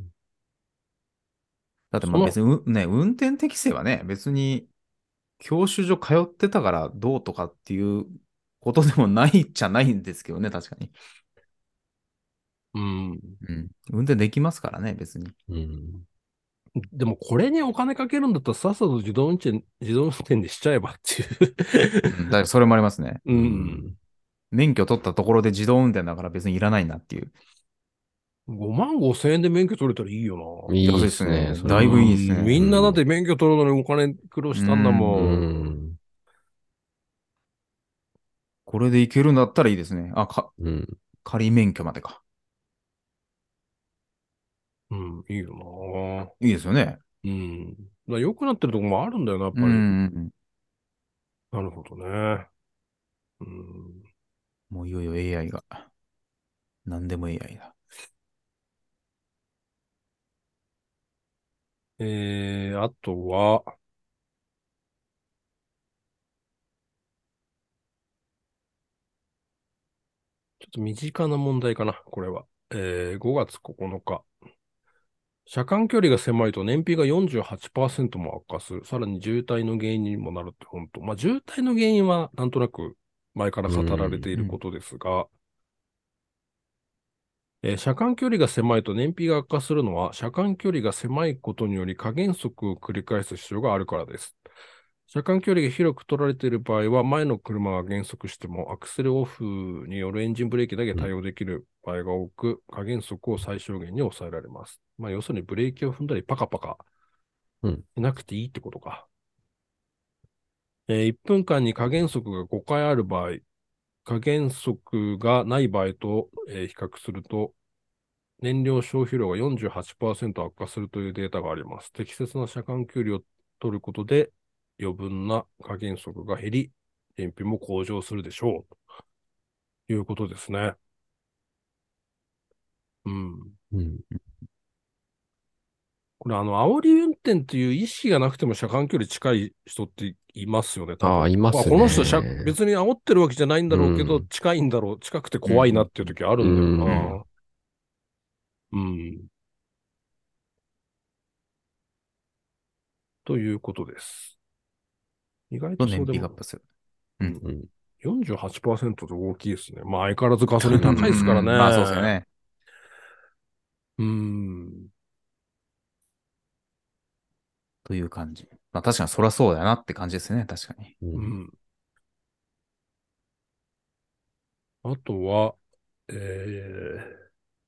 だってまあその、 別にう、ね、運転適性はね、別に教習所通ってたからどうとかっていうことでもないっちゃないんですけどね、確かに。 うん。 うん。運転できますからね、別に。 うん。 でもこれにお金かけるんだったらさっさと自動運転、自動運転にしちゃえばっていううん。だからそれもありますね。 ううん。 ん。 免許取ったところで自動運転だから別にいらないなっていう。 ごまんごせん円で免許取れたらいいよいい安いですっすね、 ね。 それは。 だいぶいいですな。うん。 ね。 みんなだって免許取るのにお金苦労うしたんだうん。 もん。 ん。 これでいけるんだったらいいですね。あ、か、 うん。 仮免許までか。 うん、いいよな。 いいですよね。 うん。だから良くなってるとこもあるんだよな、やっうぱり。 ん。 なるほどね。うん。 もういよいよ エーアイ が。何でも エーアイ だ。 えー、あとは、ちょっと身近な問題かな、これは。えー、ごがつここのか。車間距離が狭いと燃費がよんじゅうはちパーセントも悪化する。さらに渋滞の原因にもなるって本当。まあ、渋滞の原因はなんとなく前からう語られていうん。 ることですが、えー車間距離が狭いと燃費が悪化するのは、車間距離が狭いことにより加減速を繰り返す必要があるからです。車間距離が広く取られている場合は、前の車が減速しても、アクセルオフによるエンジンブレーキだけ対応できる場合が多く、加減速を最小限に抑えられます。まあ、要するにブレーキを踏んだりパカパカうん。 しなくていいってことか。えーいっぷんかんに加減速がごかいある場合、加減速がない場合と、えー比較すると、燃料消費量がよんじゅうはちパーセント悪化するというデータがあります。適切な車間距離を取ることで余分な加減速が減り、燃費も向上するでしょう。ということですね。うん。 うん。 これあの、煽り運転っていう意識がなくても車間距離近い人っていますよね、多分。 ああ、いまあ、 すこの人車、 ね。 別に煽ってるわけじゃないんだうろうけど、 ん。 近いんだろう、近くてうん。 怖いなっていう時あるうんだようん。 ん。 な。うん。ということです。意外と燃とそうでも、 費がアップする。うん。 うん。 うん。 よんじゅうはちパーセントって大きいですね。まあ相変わらずガソリンうん高いですからうんうん。まあそうですよね。 ね。 うーん。 という感じ。まあ確かにそりゃそうだなって感じですね。確かに。 うん。 うん。あとは、えー、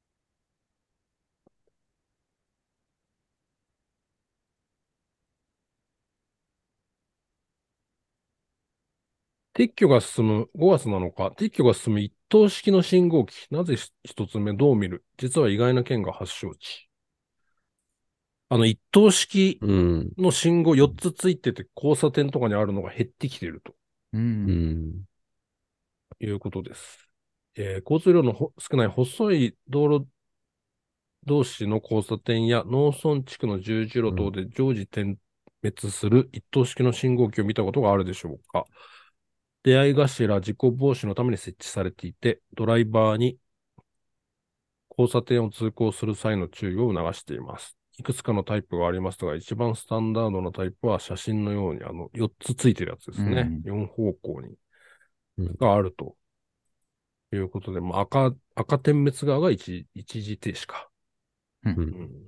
撤去が進む、ごがつなのか、撤去が進む一灯式の信号機。なぜ一つ目どう見る？実は意外な件が発祥地。あの一灯式うん。 の信号よっつついてて交差点とかにあるのが減ってきているとううん。 ん。 いうことです。 えー交通量のほ少ない細い道路同士の交差点や農村地区の十字路等で常時点滅する一灯式の信号機を見たことがあるでしょうか。出会い頭、事故防止のために設置されていて、ドライバーに交差点を通行する際の注意を促しています。いくつかのタイプがありますが、一番スタンダードなタイプは写真のようにあのよっつついてるやつですね。 うんよん方向にうんがあるということで、まあ、赤、赤点滅側が一一時停止か。 うんうんうん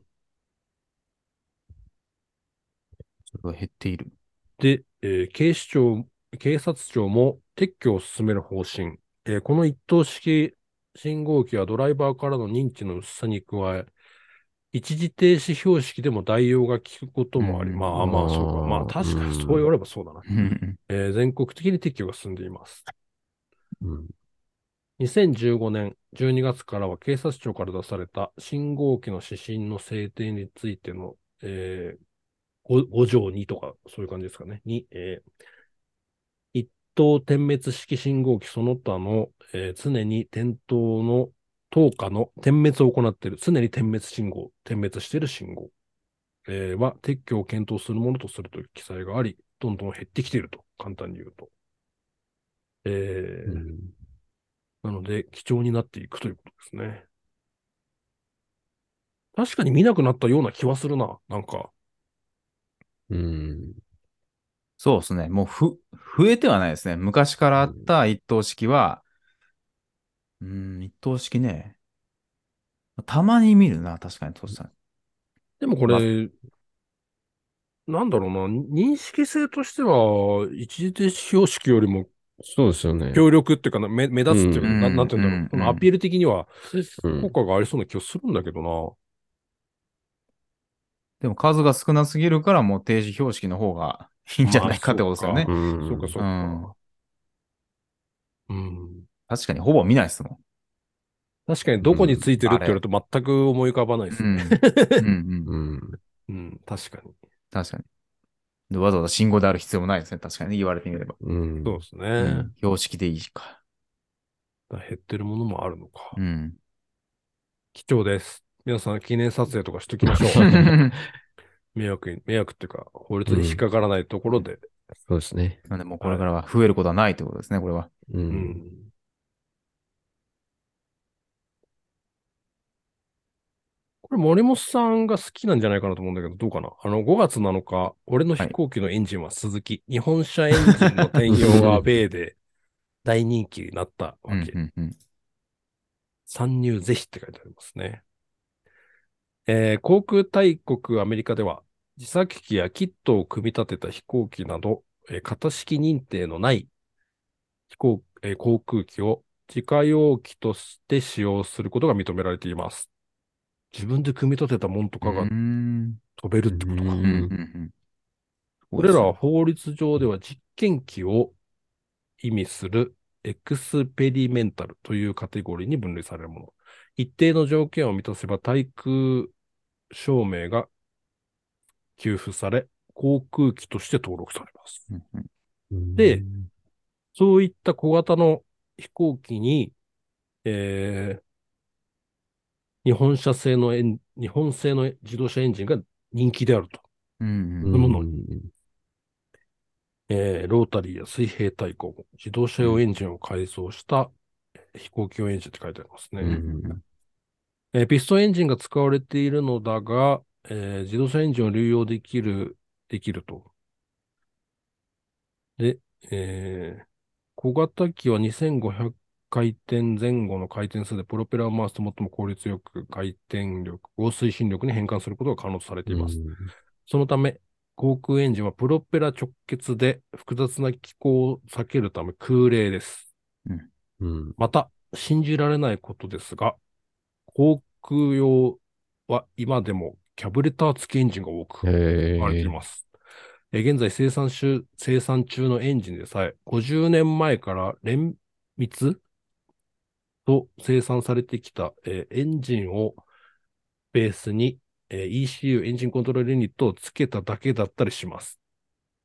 それは減っている。 で、えー警視庁、警察庁も撤去を進める方針。えーこの一灯式信号機はドライバーからの認知の薄さに加え、一時停止標識でも代用が効くこともあり、 うんまあまあそうか。まあああ、 確かにそううん言わればそうだな。 うんえー全国的に撤去が進んでいます。 うんにせんじゅうごねんじゅうにがつからは警察庁から出された信号機の指針の制定についての、えー、ご, ご条にとかそういう感じですかね。に、えー一等点滅式信号機その他の、えー常に点灯の灯火の点滅を行っている、常に点滅信号、点滅している信号、えーは撤去を検討するものとするという記載があり、どんどん減ってきていると、簡単に言うと。えー、 うんなので、貴重になっていくということですね。確かに見なくなったような気はするな、なんか。 うんそうですね。もうふ、増えてはないですね。昔からあった一等式は、うん、一等式ね。たまに見るな、確かに、トシさん。 でもこまあ、 れ、なんだろうな、認識性としては、一時停止標識よりもそうですよね。 強力っていうかな、目目う立つっていうか、な、なんん。 て言うんだろう。 うん、うん。 そのアピール的には効うん。 果がありそうな気がするんだけどな。 でも数が少なすぎるからもう定時標識の方がいいんじゃまあ、 ないかってそうか。 ことですよね。 うそうか、 ん。 そううん。 か。うん。 確かにほぼ見ないですもん。 確かにどこにうん。 ついてるって言われあれ。 ると全く思い浮かばないですね。 うん。うん、うん。 うん。 うん、確かに。 確かに。でわざわざ信号である必要もないですね。確かにね、言われてみれば。 うん。 そうですね。 うん。標識でいいか。 減ってるものもあるのか。 うん。 貴重です。皆さん記念撮影とかしときましょう。迷惑に、迷惑っていうか、法律に引っかからないところで。 そうですね。 なんでもうこれはい。 からは増えることはないということですね、これは。 ううん。 ん。これ森本さんが好きなんじゃないかなと思うんだけど、どうかな。あの、ごがつなのか、俺のはい。 飛行機のエンジンは鈴木。日本車エンジンの転用が米で大人気になったうん、 わけ。 うん、うん。 参入ぜひって書いてありますね。えー航空大国アメリカでは、自作機やキットを組み立てた飛行機など、えー型式認定のない飛行、えー航空機を自家用機として使用することが認められています。自分で組み立てたもんとうーかがん。 飛べるうってことか。 うん、うん、 ん。 うん。すごこれらはいですね。 法律上では実験機を意味するエクスペリメンタルというカテゴリーに分類されるもの。一定の条件を満たせば対空証明が給付され、航空機として登録されます。 うん、うん。 うで、 ん。 そういった小型の飛行機に、えー日本車製のエン、日本製の自動車エンジンが人気であると。 うん、 ういうものに、 ん。 えーロータリーや水平対向、自動車うん。 用エンジンを改装した飛行機用エンジンって書いてありますうね。 ん。 えーピストンエンジンが使われているのだが、えー自動車エンジンを流用できる、できると。で、えー小型機はにせんごひゃく回転前後の回転数でプロペラを回すと最も効率よく回転力を推進力に変換することが可能とされています。 うん。 そのため、航空エンジンはプロペラ直結で複雑な機構を避けるため空冷です。 うん。 うん。 また、信じられないことですが、航空用は今でもキャブレター付きエンジンが多くへ使われていえ。 ます。え現在生産中、生産中のエンジンでさえ、ごじゅうねんまえから連密と生産されてきた、えーエンジンをベースに、えー イーシーユー、エンジンコントロールユニットを付けただけだったりします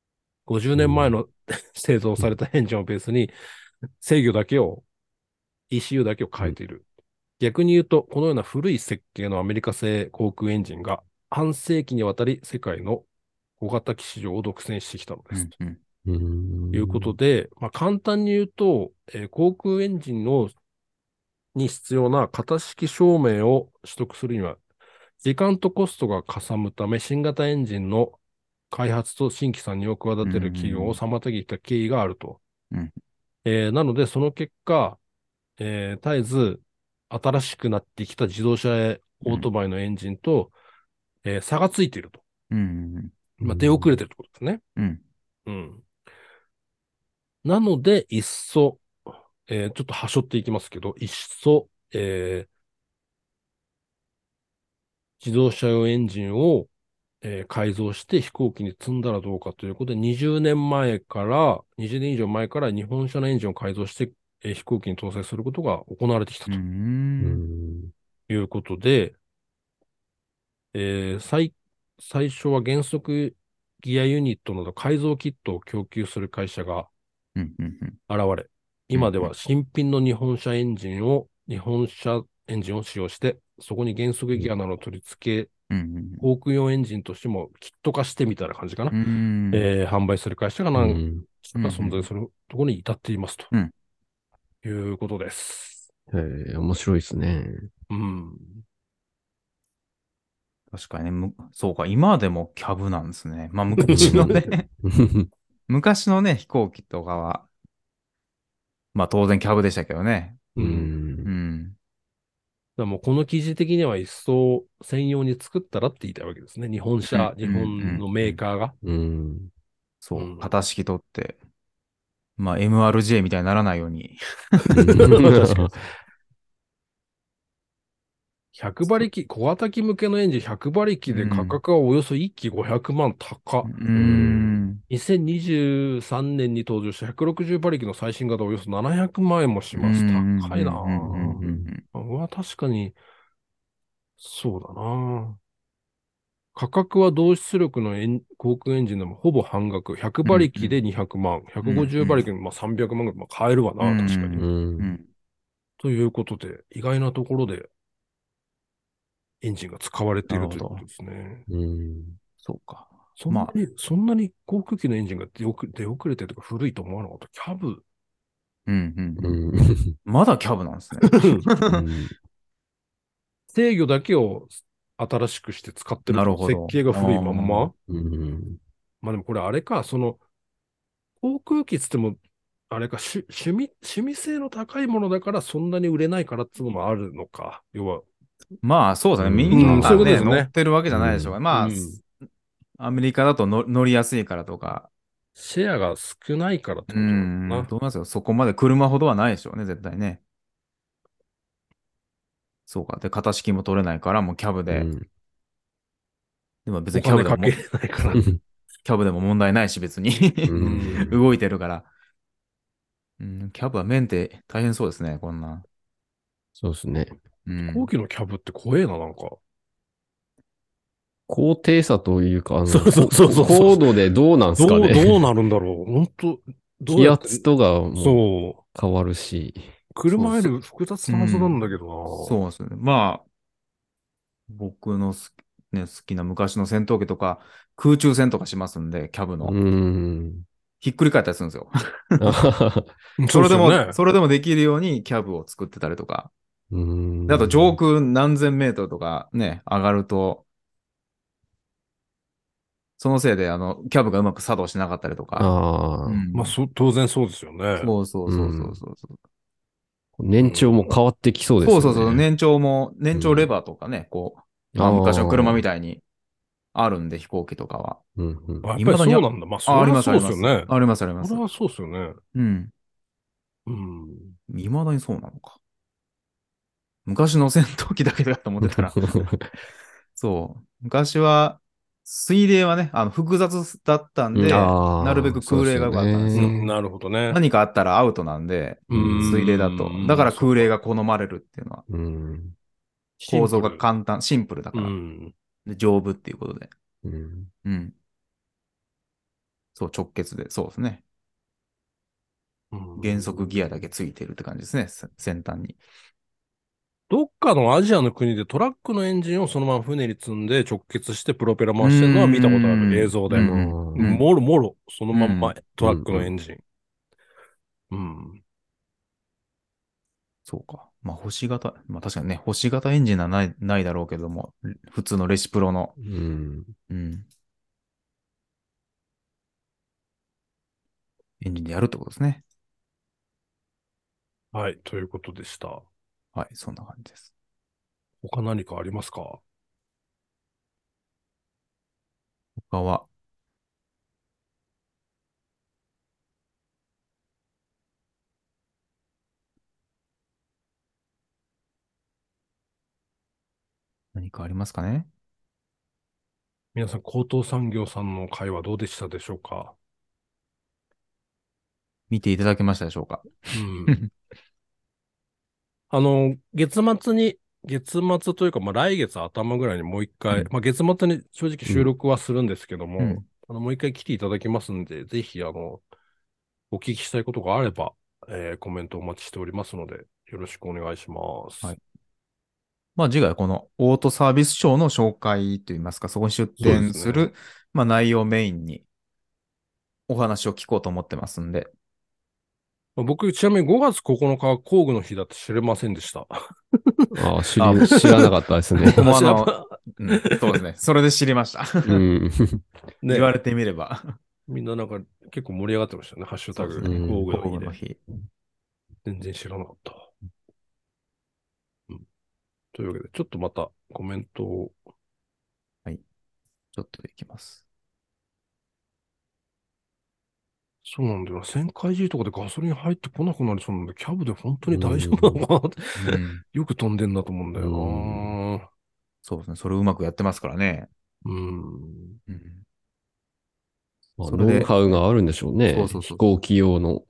。50 うん。 年前の製造されたエンジンをベースに制御だけをイーシーユー だけを変えている。うん、逆に言うと、このような古い設計のアメリカ製航空エンジンが半世紀にわたり世界の小型機市場を独占してきたのです。 うんうん、ということで、まあ、簡単に言うと、えー、航空エンジンのに必要な型式証明を取得するには、時間とコストがかさむため、新型エンジンの開発と新規参入を企てる企業を妨げた経緯があると。 うん、 えー、なので、その結果、えー、絶えず新しくなってきた自動車やオートバイのエンジンと、えー、差がついていると。 うん、 まあ、出遅れてるってことですね。 うん。 うん。なので、いっそ、えー、ちょっとはしょっていきますけど、いっそ、えー、自動車用エンジンを、えー改造して飛行機に積んだらどうかということで、にじゅうねんまえから、にじゅうねん以上前から日本車のエンジンを改造して、えー飛行機に搭載することが行われてきたうとん。 いうことで、えー最、最初は原則ギアユニットなど改造キットを供給する会社がうん。うん。 現れ、今では新品の日本車エンジンを、日本車エンジンを使用して、そこに原則ギアなどを取り付け、 うん。 航空用エンジンとしてもキット化してみたいな感じかな。 うん。 えー販売する会社がう何ん。 社か存在するところに至っていますとうん。 いうことです。 えー、面白いですね。 うん。 確かにね、む、そうか、今でもキャブなんですね。まあ、昔のね、昔のね、飛行機とかは、まあ、当然キャブでしたけどね。 ううん。だかん。 うん。 らもうこの記事的には一層専用に作ったらって言いたいわけですね。日本うん。 車、日うん。うん。 本のメーうん。 カーが。 うん。 そう、 うん。 型式取って、まあ、エムアールジェー みたいにならないように。 確かに。ひゃく馬力、小型機向けのエンジンひゃく馬力で価うん。 格はおよそいっきごひゃくまんう高。 ん。 にせんにじゅうさんねんに登場したひゃくろくじゅう馬力の最新型およそななひゃくまん円もしうん。うます。 ん。 高いなうん。うん。うぁ。 ん。 うわ、確かに、そうだな。価格は同出力のエン航空エンジンでもほぼ半額。ひゃく馬うん。 力でにひゃくまん。 うん。 ひゃくごじゅう馬力でまあさんびゃくまんぐらい。まあ買えるわうな、確かに。 ん。 うん。 うん。 ということで、意外なところでエンジンが使われていなるほど。 るということですね。 うん。 そうか。 そんなまあ、 に、そんなに航空機のエンジンが出遅出遅れてるとか古いと思わなかった。キャブ。 うん。うん。うん。 うん。 まだキャブなんですね。 うん。 制御だけを新しくして使ってるなってこと。設るほど。 計が古いまんああ。 ま。 うん。 まあでもこれあれか、その、航空機っつっても、あれか、趣趣味、趣味性の高いものだからそんなに売れないからっていうのもあるのか。要は。 まあ、そうですね。みうん。 うん、そういうんなね、 ことですね。 乗ってるわけじゃないでしょううん。 が。まあ、 うん。 アメリカだとの乗りやすいからとか、 シェアが少ないからってうことなのかん、 な。 と思いますよ。そこまで車ほどはないでしょうね、絶対ね。そうか。で、型式も取れないから、もうキャブで。 うん。 でも別おにキャブでもも、 金かけれないから。 キャブでも問題ないし、別にううん。 ん。 動いてるから。うん、キャブはメンテ大変そうですね、こんな。 そうですね。 飛行うん。 機のキャブって怖えな、なんか。 高低差というか、あの、 そうそうこそうそうそう。 高度でどうなんすかどう、どうね。 なるんだろう。本当どう気やって、 圧とかもそう。 変わるし。 そうそう。 車より複雑うなはずなんだん。 けどそうですね。まあ、僕のす、ね、好きな昔の戦闘機とか、空中戦とかしますんで、キャブうの。 ん。 ひっくり返ったりするんですよ。 あははな。そうそれでも、 ですよね。 それでもできるようにキャブを作ってたりとか。 うであと上ん。 空何千メートルとかね、上がると、そのせいであの、キャブがうまく作動しなかったりとか。うああ。 まあ、 ん。 そ、当然そうですよね。 そうそうそうそううん。 そうそう。 う年長も変ん。 わってきそうですよそうそうそう。 ね。 年長も、年長レうん。 バーとかね、こう、 あまあ昔の車みあ。 たいにあるんで、飛行機とかは。 うん。うん。 あ、やっぱり未だにあ、 そうなんだ。まあ、そあ、ありますあれはそうります。 ですよね。 ありますあります。 それはそうですよね。 うん。 うん。 未だにそうなのか。昔の戦闘機だけだと思ってたら、そう。昔は、水冷はね、あの、複雑だったんで、なるべああ、 く空そうですよ冷が良かったんですよ。 うん、 ね。 なるほどね。 何かあったらアウトなんで、 うー水冷だと。だん、まあ、 から空冷そっか。 が好まれるっていうのは、 うん。 構造がシンプル。 簡単、シンプルだうから。 ん。 で、丈夫っていうことで。 うん。 うん。そう、直結で。そうですね。 うん、 減速ギアだけついてるって感じですね、せ先端に。 どっかのアジアの国でトラックのエンジンをそのまま船に積んで直結してプロペラ回してるのは見たことある、映像で。 うんうんうんもろもろ、そのまんまうんトラックのエンジン。うん。 そうか。まあ、星型、まあ確かにね、星型エンジンはない、ないだろうけども、普通のレシプロの、 うん。 うん、エンジンでやるってことですね。 はい、ということでした。 はい、そんな感じです。 他何かありますか？ 他は、何かありますかね？ 皆さん、高等産業さんの会はどうでしたでしょうか？ 見ていただけましたでしょうか？ うん。あの、月末に、月末というか、まあ、来月頭ぐらいにもう一回、 うんまあ、月末に正直収録はするんですけども、 うんあの、もう一回来ていただきますんで、ぜひ、あの、お聞きしたいことがあれば、えーコメントお待ちしておりますので、よろしくお願いします。 はい。まあ、次回このオートサービスショーの紹介といいますか、そこに出展すそうでする、まあ、内容をメインにお話を聞こうと思ってますんで。 僕、ちなみにごがつここのかは工具の日だって知れませんでした。 ああ、知あり、知らなかったですね。 僕もあ知らの、 なうん、そうですね。それで知りました。 うん。 ね、 言われてみれば。 みんななんか結構盛り上がってましたね。ハッシュタグ、 そうですね。 工具の工日で。 具の日。 全然知らなかった。うん、というわけで、ちょっとまたコメントを。 ちょっといきます。 そうなんだよな。せんかい G とかでガソリン入ってこなくなりそうなんで、キャブで本当に大丈夫なのかなって、 うん。 よく飛んでんなと思うんだようんな。 そうですね。それをうまくやってますからね。 うん。 うん。 まあ、 それでノウハウがあるんでしょうね。 そうそうそう飛行機用の。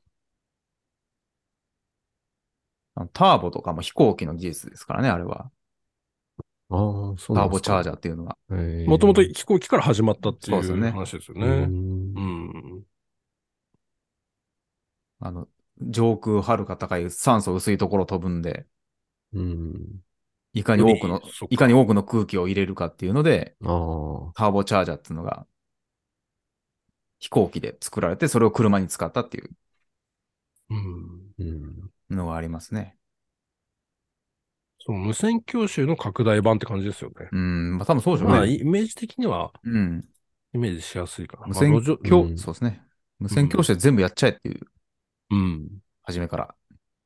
あのターボとかも飛行機の技術ですからね、あれは。 ああ、そうなんですか。 ターボチャージャーっていうのが。 もともとへえ飛行機から始まったっていうそうですよね。 う話ですよね。 んう。ん。 あの、上空はるか高い酸素薄いところを飛ぶんで、 うん。 いかに多くのそっか、 いかに多くの空気を入れるかっていうので、 ああ。 ターボチャージャーっていうのが飛行機で作られて、それを車に使ったっていううん。 うん。 のがありますね。 その無線教習の拡大版って感じですよね。 うん、まあ多分そうでしょうまあ、 ね。 イメージ的にはうん。 イメージしやすいかな。 無線まあ路上、 教、 うんそうですね。無線教習で全部やっちゃえっていう、 うん。 初めから。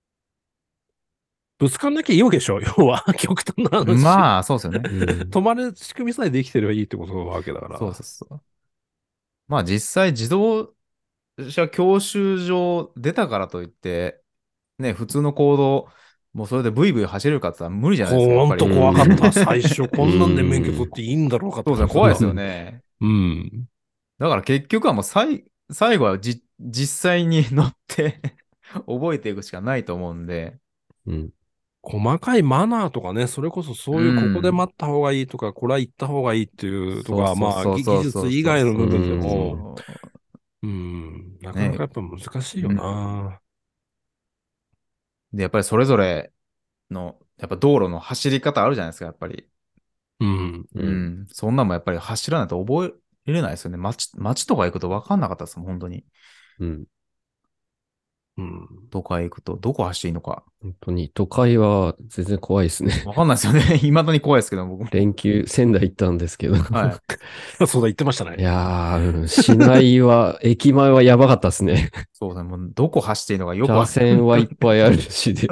ぶつかんなきゃいいわけでしょ、要は。極端な話。 まあ、そうですよね。 うん止まる仕組みさえできてればいいってことなわけだから。 そうそうそう。まあ実際自動車教習所出たからといって、ね、普通の行動、もうそれでブイブイ走れるかって言ったら無理じゃないですか、やっぱり。 ほんと怖かった。 うん最初、こんなんで免許取っていいんだろうかってそうですね、 感じだった怖いですよね。 うん。 だから結局はもう最、最後はじ実際に乗って覚えていくしかないと思うんで。 うん。 細かいマナーとかね、それこそそういうここで待った方がいいとか、これは行った方がいいっていうとか、まあ、ぎ技術以外の部分でも、うん、なかなかやっぱ難しいよな。 で、やっぱりそれぞれの、やっぱ道路の走り方あるじゃないですか、やっぱり。 うん。 うん。そんなんもやっぱり走らないと覚えれないですよね。街、街とか行くと分かんなかったですもん、本当に。 うん。 うん。 都会行くと、どこ走っていいのか。 本当に、都会は全然怖いですね。 分かんないですよね。未だに怖いですけど、僕も。 連休、仙台行ったんですけど。 はそうだ、言ってましたいね。 やー、うん市内は、駅前はやばかったですね。 そうですね。もうどこ走っていいのかよくわ車かんない。 線はいっぱいあるしで。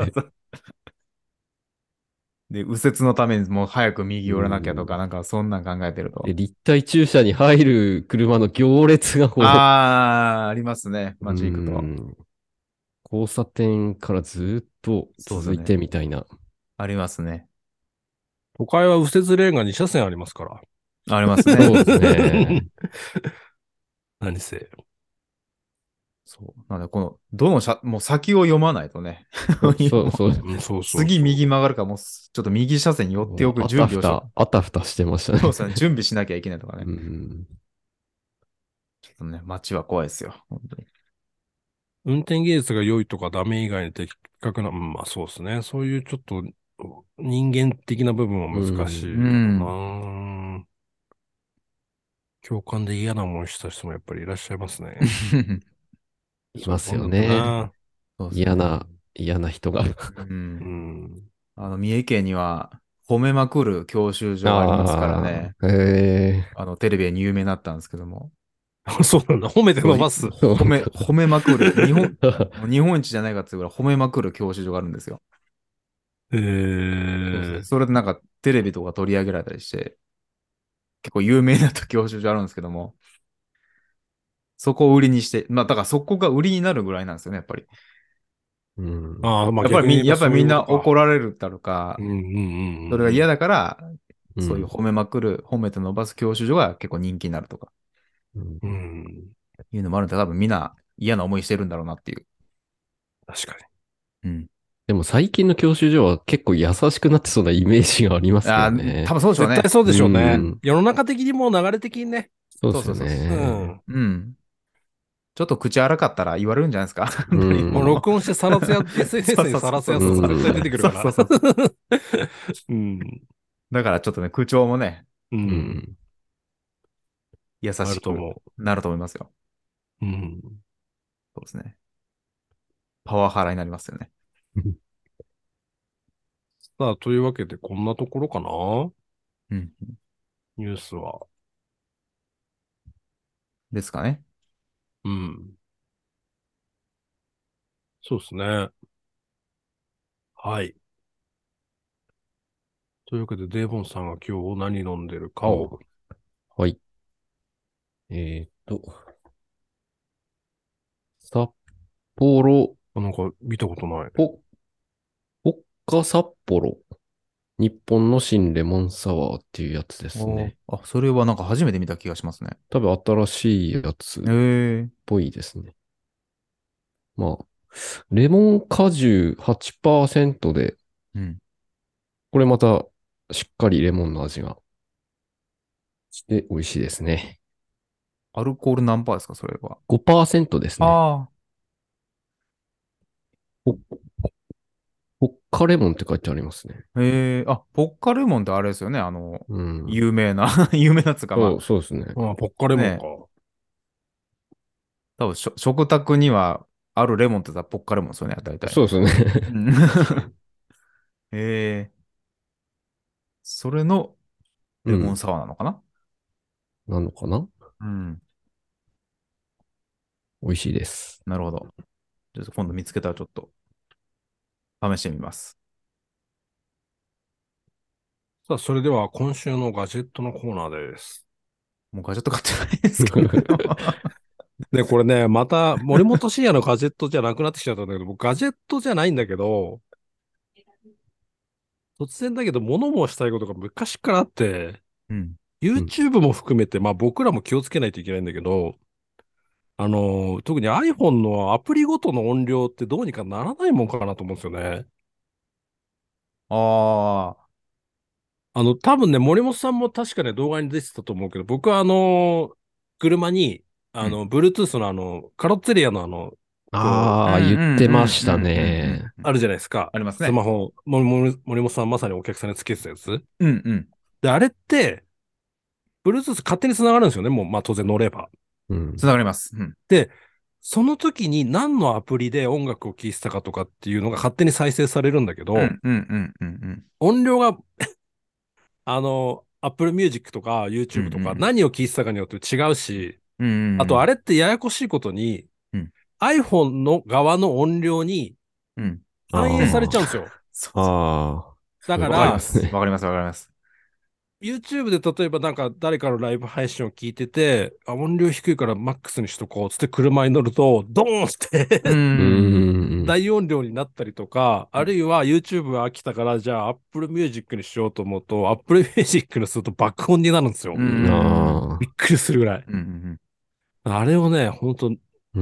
で、右折のためにもう早く右寄らなきゃとか、なんかそんなん考えてると。 で立体駐車に入る車の行列がこう、 あー、ありますね。 う街行くと。 ん交差点からずっと続いてみたいな。 ありますね。 都会は右折レーンがに車線ありますから。 ありますね。 そうですね。 何せ。 そう。なので、この、どの車、もう先を読まないとね。 そうそう。 うん、そうそう。 次右曲がるか、もうちょっと右車線に寄っておくあ準備をしたふた、あたふたしてましたね。 そうですね。準備しなきゃいけないとかね。 うんちょっとね、街は怖いですよ。本当に。 運転技術が良いとかダメ以外に的確な、うん、まあそうですね。そういうちょっと人間的な部分は難しういかん。 な。共感で嫌な思いした人もやっぱりいらっしゃいますね。 いますよそういうもんなんだね。 な。 そうですね。 嫌な、嫌な人が。 ううん。 ん。 あの、三重県には褒めまくる教習所がありますからあね。 あ、へえ。 あの、テレビで有名になったんですけども。 そうなんだ。褒めてそう、い伸ばす。 褒め、褒めまくる。日本、もう日本一じゃないかっていうぐらい褒めまくる教習所があるんですよ。 えそうですね。 ー、 それでなんかテレビとか取り上げられたりして、結構有名な教習所あるんですけども、そこを売りにして、まあだからそこが売りになるぐらいなんですよね、やっぱり。 うん。 ああ、まあやっぱりみ、 逆に言えばやっぱりみんそういうことか。 な怒られるだとか、 うんうんうんそれが嫌うんだから、そういううん。 褒めまくる、褒めて伸ばす教習所が結構人気になるとか、 うんうん。うん。 いうのもあるんで、多分みんな嫌な思いしてるんだろうなっていう。 確かに。 うん。 でも最近の教習所は結構優しくなってそうなイメージがありますけあー、多どね。 分そうでしょうね。 絶対そうでしょううね。 ん。 世の中的にもう流れ的にね。 そうですよそうそうそうそうね。 ん。 う。うん。ちょっと口荒かったら言われるんじゃないですか。 う何もうも。 ん。 録音してさらすや、 そエスエヌエス にうそうそうさらすそうそう。 やつ絶対出てくるそうから。 そうそうそう。 うん。 だからちょっとね、口調もね、 ううん。 ん。 優あしくると思なると思いますよ。 う。うん。 そうですね。パワハラになりますよね。 さあ、というわけでこんなところかなうん。 ニュースは。 ですかね。 うん。そうですね。はい。というわけで、デーボンさんが今日何飲んでるかを。 おはい。えーっと、札幌、 あなんか見たことない。 ポ、ポッカ札幌。日本の新レモンサワーっていうやつですおーね。 あ、それはなんか初めて見た気がしますね。 多分新しいやつっええぽいですね。まあ、レモン果汁はちパーセントで、 うん。 これまたしっかりレモンの味がして美味しいですね。 アルコール何パーですか、それは。 ごパーセントですね。 あポポッカレモンって書いてありますね。 あ。ええあ、ポッカレモンってあれですよね。あの、 うん。 有名な有名なやつか、まそう、そうですね。 ああ、ポッカレあ、 モンか。 ね、多分しょ食卓にはあるレモンって言ったらポッカレモンですよね、大体。 そうですね。 うん。 確かに。 ええそれのレモンうん。 サワーなのかな。 なのかな。 うん。 美味しいです。 なるほど。じゃあ今度見つけたらちょっと試してみます。 さあ、それでは今週のガジェットのコーナーです。 もうガジェット買ってないですかね。 で、これね、また森本慎也のガジェットじゃなくなってきちゃったんだけど、僕ガジェットじゃないんだけど、突然だけど物申したいことが昔からあって、 うん。 うん。 YouTube も含めて、まあ僕らも気をつけないといけないんだけど、あの、特に iPhone のアプリごとの音量ってどうにかならないもんかなと思うんですよね。 ああ。 あの、多分ね、森本さんも確かね、動画に出てたと思うけど、僕はあの、車に、 うん。 あの、Bluetooth のあの、カロッツェリアのあの、こう、 うんうああ、言ってまんしたうんうんうんね。 うん。 あるじゃないですか。 ありますね。 スマホ、森森森本さんまさにお客さんにつけてたやつ。 うんうん。 で、あれって、Bluetooth 勝手に繋がるんですよね。もう、まあ当然乗れば。 うん。 つながります。うん。 で、その時に何のアプリで音楽を聴いてたかとかっていうのが勝手に再生されるんだけど、 うんうんうんうん音量が、あの、Apple Music とかうん。う YouTube とかんうん何を聴いてたかによって違うし、 うん。うんあとあうんれってややこしいことに、 うん。 iPhone の側の音量にうん。 反映されちゃうんあですよ。 そうあ、 そう。 ああ、そういうことでわかりまだから、 すね。 す。わかります。わかります。 YouTube で例えばなんか誰かのライブ配信を聞いてて、あ、音量低いからマックスにしとこうつって車に乗ると、ドーンっうてうん。 ん。 大音量になったりとか、 うんあるいは YouTube が飽きたからじゃあ Apple Music にしようと思うと、Apple Music にすると爆音になるんですよ。 うん。 ああ、 びっくりするぐらい。 うんうんあれをね、本当うん。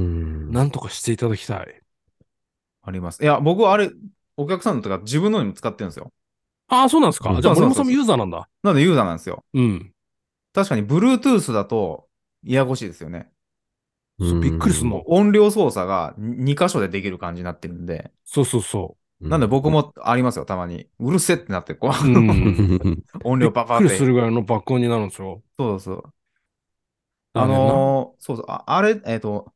なんとかしていただきたい。 あります。いや、僕はあれ、お客さんのとか自分のにも使ってるんですよ。 ああ、そうなんですか。 うんじゃあ森本さんもそうそうそうそう。 ユーザーなんだ。 なのでユーザーなんですよ。 うん。 確かに Bluetooth だと、ややこしいですよね。 そうびっくりすんの。 音量操作がに箇所でできる感じになってるんで、 そうそうそなんで僕もありますよ、たまに。うるせってなって、こう。うう、 ん。 音びっ量パパって。 くりするぐらいの爆音になるんですよ。 そうそう。あだからね、な、 のーそうそう、あ、あれ、えっと、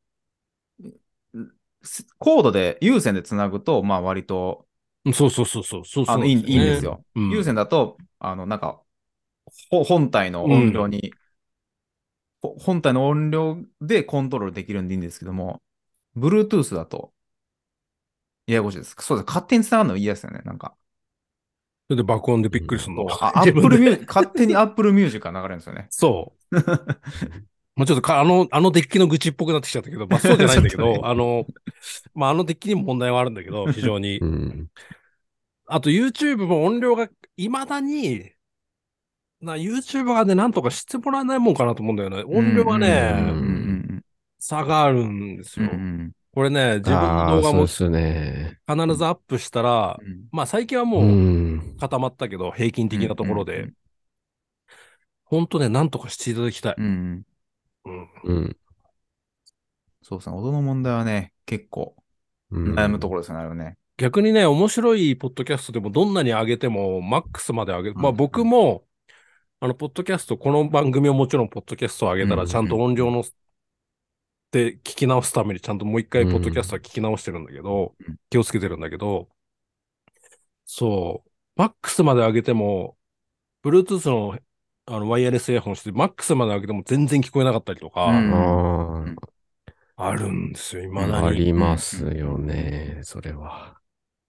すコードで、有線でつなぐと、まあ割と、 そうそうそうそう、そう、 あの、いい、 そうなんですよいいんですね。 よ。有うん。 線だと、あの、なんか、ほ本体のうん。 音量に、ほ本体の音量でコントロールできるんでいいんですけども、Bluetooth だと、ややこしいです。そうです。勝手につながるの嫌ですよね、なんか。 それで爆音でびっくりするの。 そう、あ、 自分 Apple で。 Music、勝手に Apple Music が流れるんですよね。 そう。まあちょっとか、あの、あのデッキの愚痴っぽくなってきちゃったけど、まあそうじゃないんだけど、 ちょっとね。 あの、まああのデッキにも問題はあるんだけど、非常に。 うん。 あと YouTube も音量が未だに、な、YouTuber がね、なんとかしてもらえないもんかなと思うんだよね。 うんうん音量がうね、 ん。 差があるんですうんうんうよ。 んこれね、自分のああ、 動画もそうですね。 必ずアップしたら、 うんまあ最近はうもん。 う固まったけど、平均的なうんうところで、 んほんとね、なんとかしていただきたい。 うんうんうん。 うん。 そうですね。音の問題はね、結構う悩むとこん。 ろですよね、あれはね。 逆にね、面白いポッドキャストでもどんなに上げても、マックスまで上げ、まあうんうん僕も、あの、ポッドキャスト、この番組をもちろん、ポッドキャストを上げうんたら、ちゃんとうんうん音量ので聞き直すために、ちゃんともう一う回、ポッドキャストはん。 聞き直してるんだけど、 うん気をつけてるんだけど、そう、マックスまで上げても、Bluetooth の、あの、ワイヤレスイヤホンして、マックスまで上げても全然聞こえなかったりとうんか、 うんああるんですよ、 うんあ、 未だに。 ありうんますよね。それは。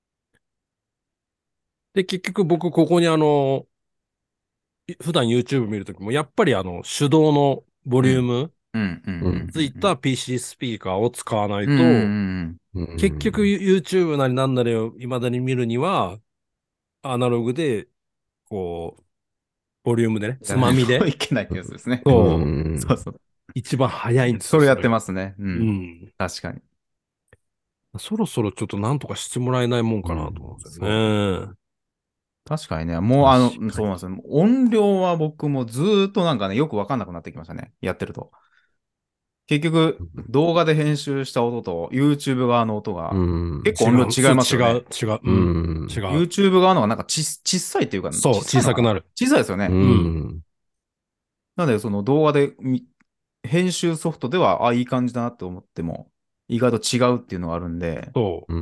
で、結局僕、ここにあの、普段 YouTube 見るときも、やっぱりあの、手動のボうんリュームうんうんうん。 ついた ピーシー スピーカーを使わないうんうと、 んう結局ん。 YouTube なりなんなりを未だに見るには、アナログで、こう、ボリュームでね、つやらないまみで、 といけないってやつですね。 うそう、 ん。 そうそう。 一番早いんですよ、 それやっそれが。 てますね。ううん。 ん。 確かに。 そろそろちょっとなんとかしてもらえないもんかなと思うんですよね。 確かにね。もうあの、 確かに。 そうなんですよ。音量は僕もずーっとなんかね、よくわかんなくなってきましたね。やってると。結局、動画で編集した音と YouTube 側の音うがん。 違結構音量違いう、 ますよね。 違う、違う、ううん、違ん。 う。 YouTube 側のがなんかち小さいっていうか、 そう、 小さいのかな小さくなる。 小さいですようね。 うん。 ん。 なので、その動画でみ編集ソフトでは、あ、いい感じだなって思っても、意外と違うっていうのがあるんで、 そう。 うん。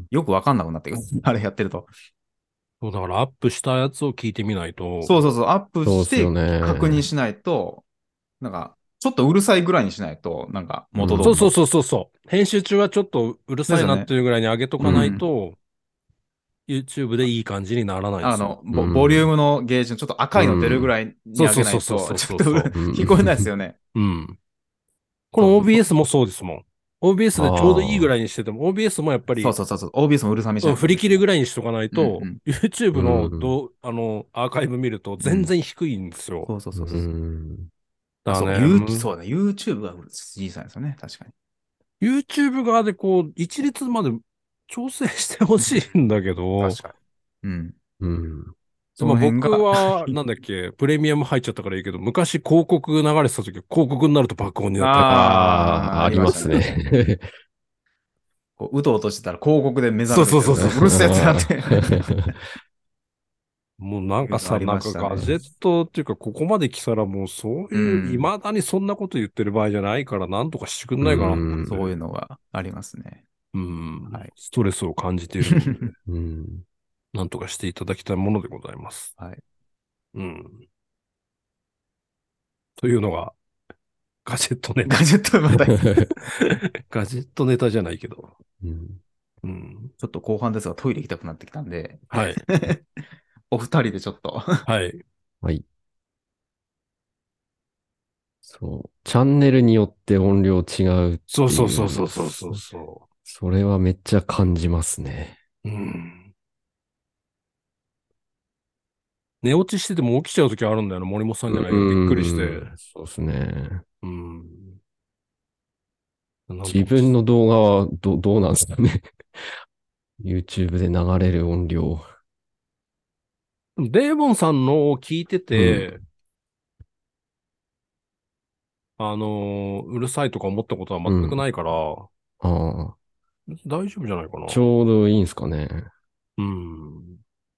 よくわかんなくなってくる。あれやってると。 そうだからアップしたやつを聞いてみないと、 そうそうそう、アップそうっすよして確認ね。 しないと、なんか、ちょっとうるさいぐらいにしないと、なんか、 う元通りの。 そうそうそうそうそう。編集中はちょっとうるさいなっですよね。 ていうぐらいに上げとかないうん。 と、YouTube でいい感じにならないんですよ。 あの、 うボ、ボリューん。 ムのゲージのちょっと赤ういの出るぐん。 らいにそう上げそうそうそうないと、 そうそうちょっとうるそう聞こえないですん。 よね。 う。うん。このそうそうそう。 オービーエス もそうですもん。オービーエス でちょうどいいぐらいああ。 にしてても、オービーエス もやっぱり、 そうそうそうそう。オービーエス もうるさめしうん、 ないと振り切りぐですね。 らいにしとかないと、 うんうん。 う YouTube のん。 どう、あの、アーカイブ見るとうん。 全然低いんですよ。 そうそううそうそう。 ん。 あ、そうか、 だからね、 ユー、 むそうだね。YouTube が小さいですよね。確かに。 YouTube 側でこう、一律まで調整してほしいんだけど、 確かに。うん。 うん。 そでも僕の辺がは、なんだっけ、プレミアム入っちゃったからいいけど、昔広告流れてた時、広告になると爆音になったりとか。 ああ、 ああー、あありますりましたね。 ね。 こう、うとうとしてたら広告で目覚そうそうめるってやつ。 そうそうそう。 うるせえってなってもうなんいうかさ、 のありまなんかしたね。 ガジェットっていうか、ここまで来たらもうそうういう、 ん。 未だにそんなこと言ってる場合じゃないから、なんとかしてくんうないかなと思っん。 そういうて、 のがありますね。 うん、 はい。 ストレスを感じているので、 うん。 なんとかしていただきたいものでございます。 はい。 うん。というのが、ガジェットネタ。 ガジェットまた、ちガジェットネタじゃないけど。 うんうん。 ょっと後半ですがトイレ行きたくなってきたんで、 はい。 お二人でちょっとはい。 はい。そう。チャンネルによって音量違うってそうそうそういう、 そうそうそうそそれはめっちゃ感じますね。 う。うん。寝落ちしてても起きちゃうときあるんだよな。森本さんじゃないけど、びっくりしうて。 ん。そうですね。 うん。なんとかし自分の動画はど、どうなんですかね。YouTube で流れる音量。 デーボンさんのを聞いてうん。 て、 あのーうるさいとか思ったことは全くうん。 ないから、 ああ、 大丈夫じゃないかな。 ちょうどいいんすかね。 うん。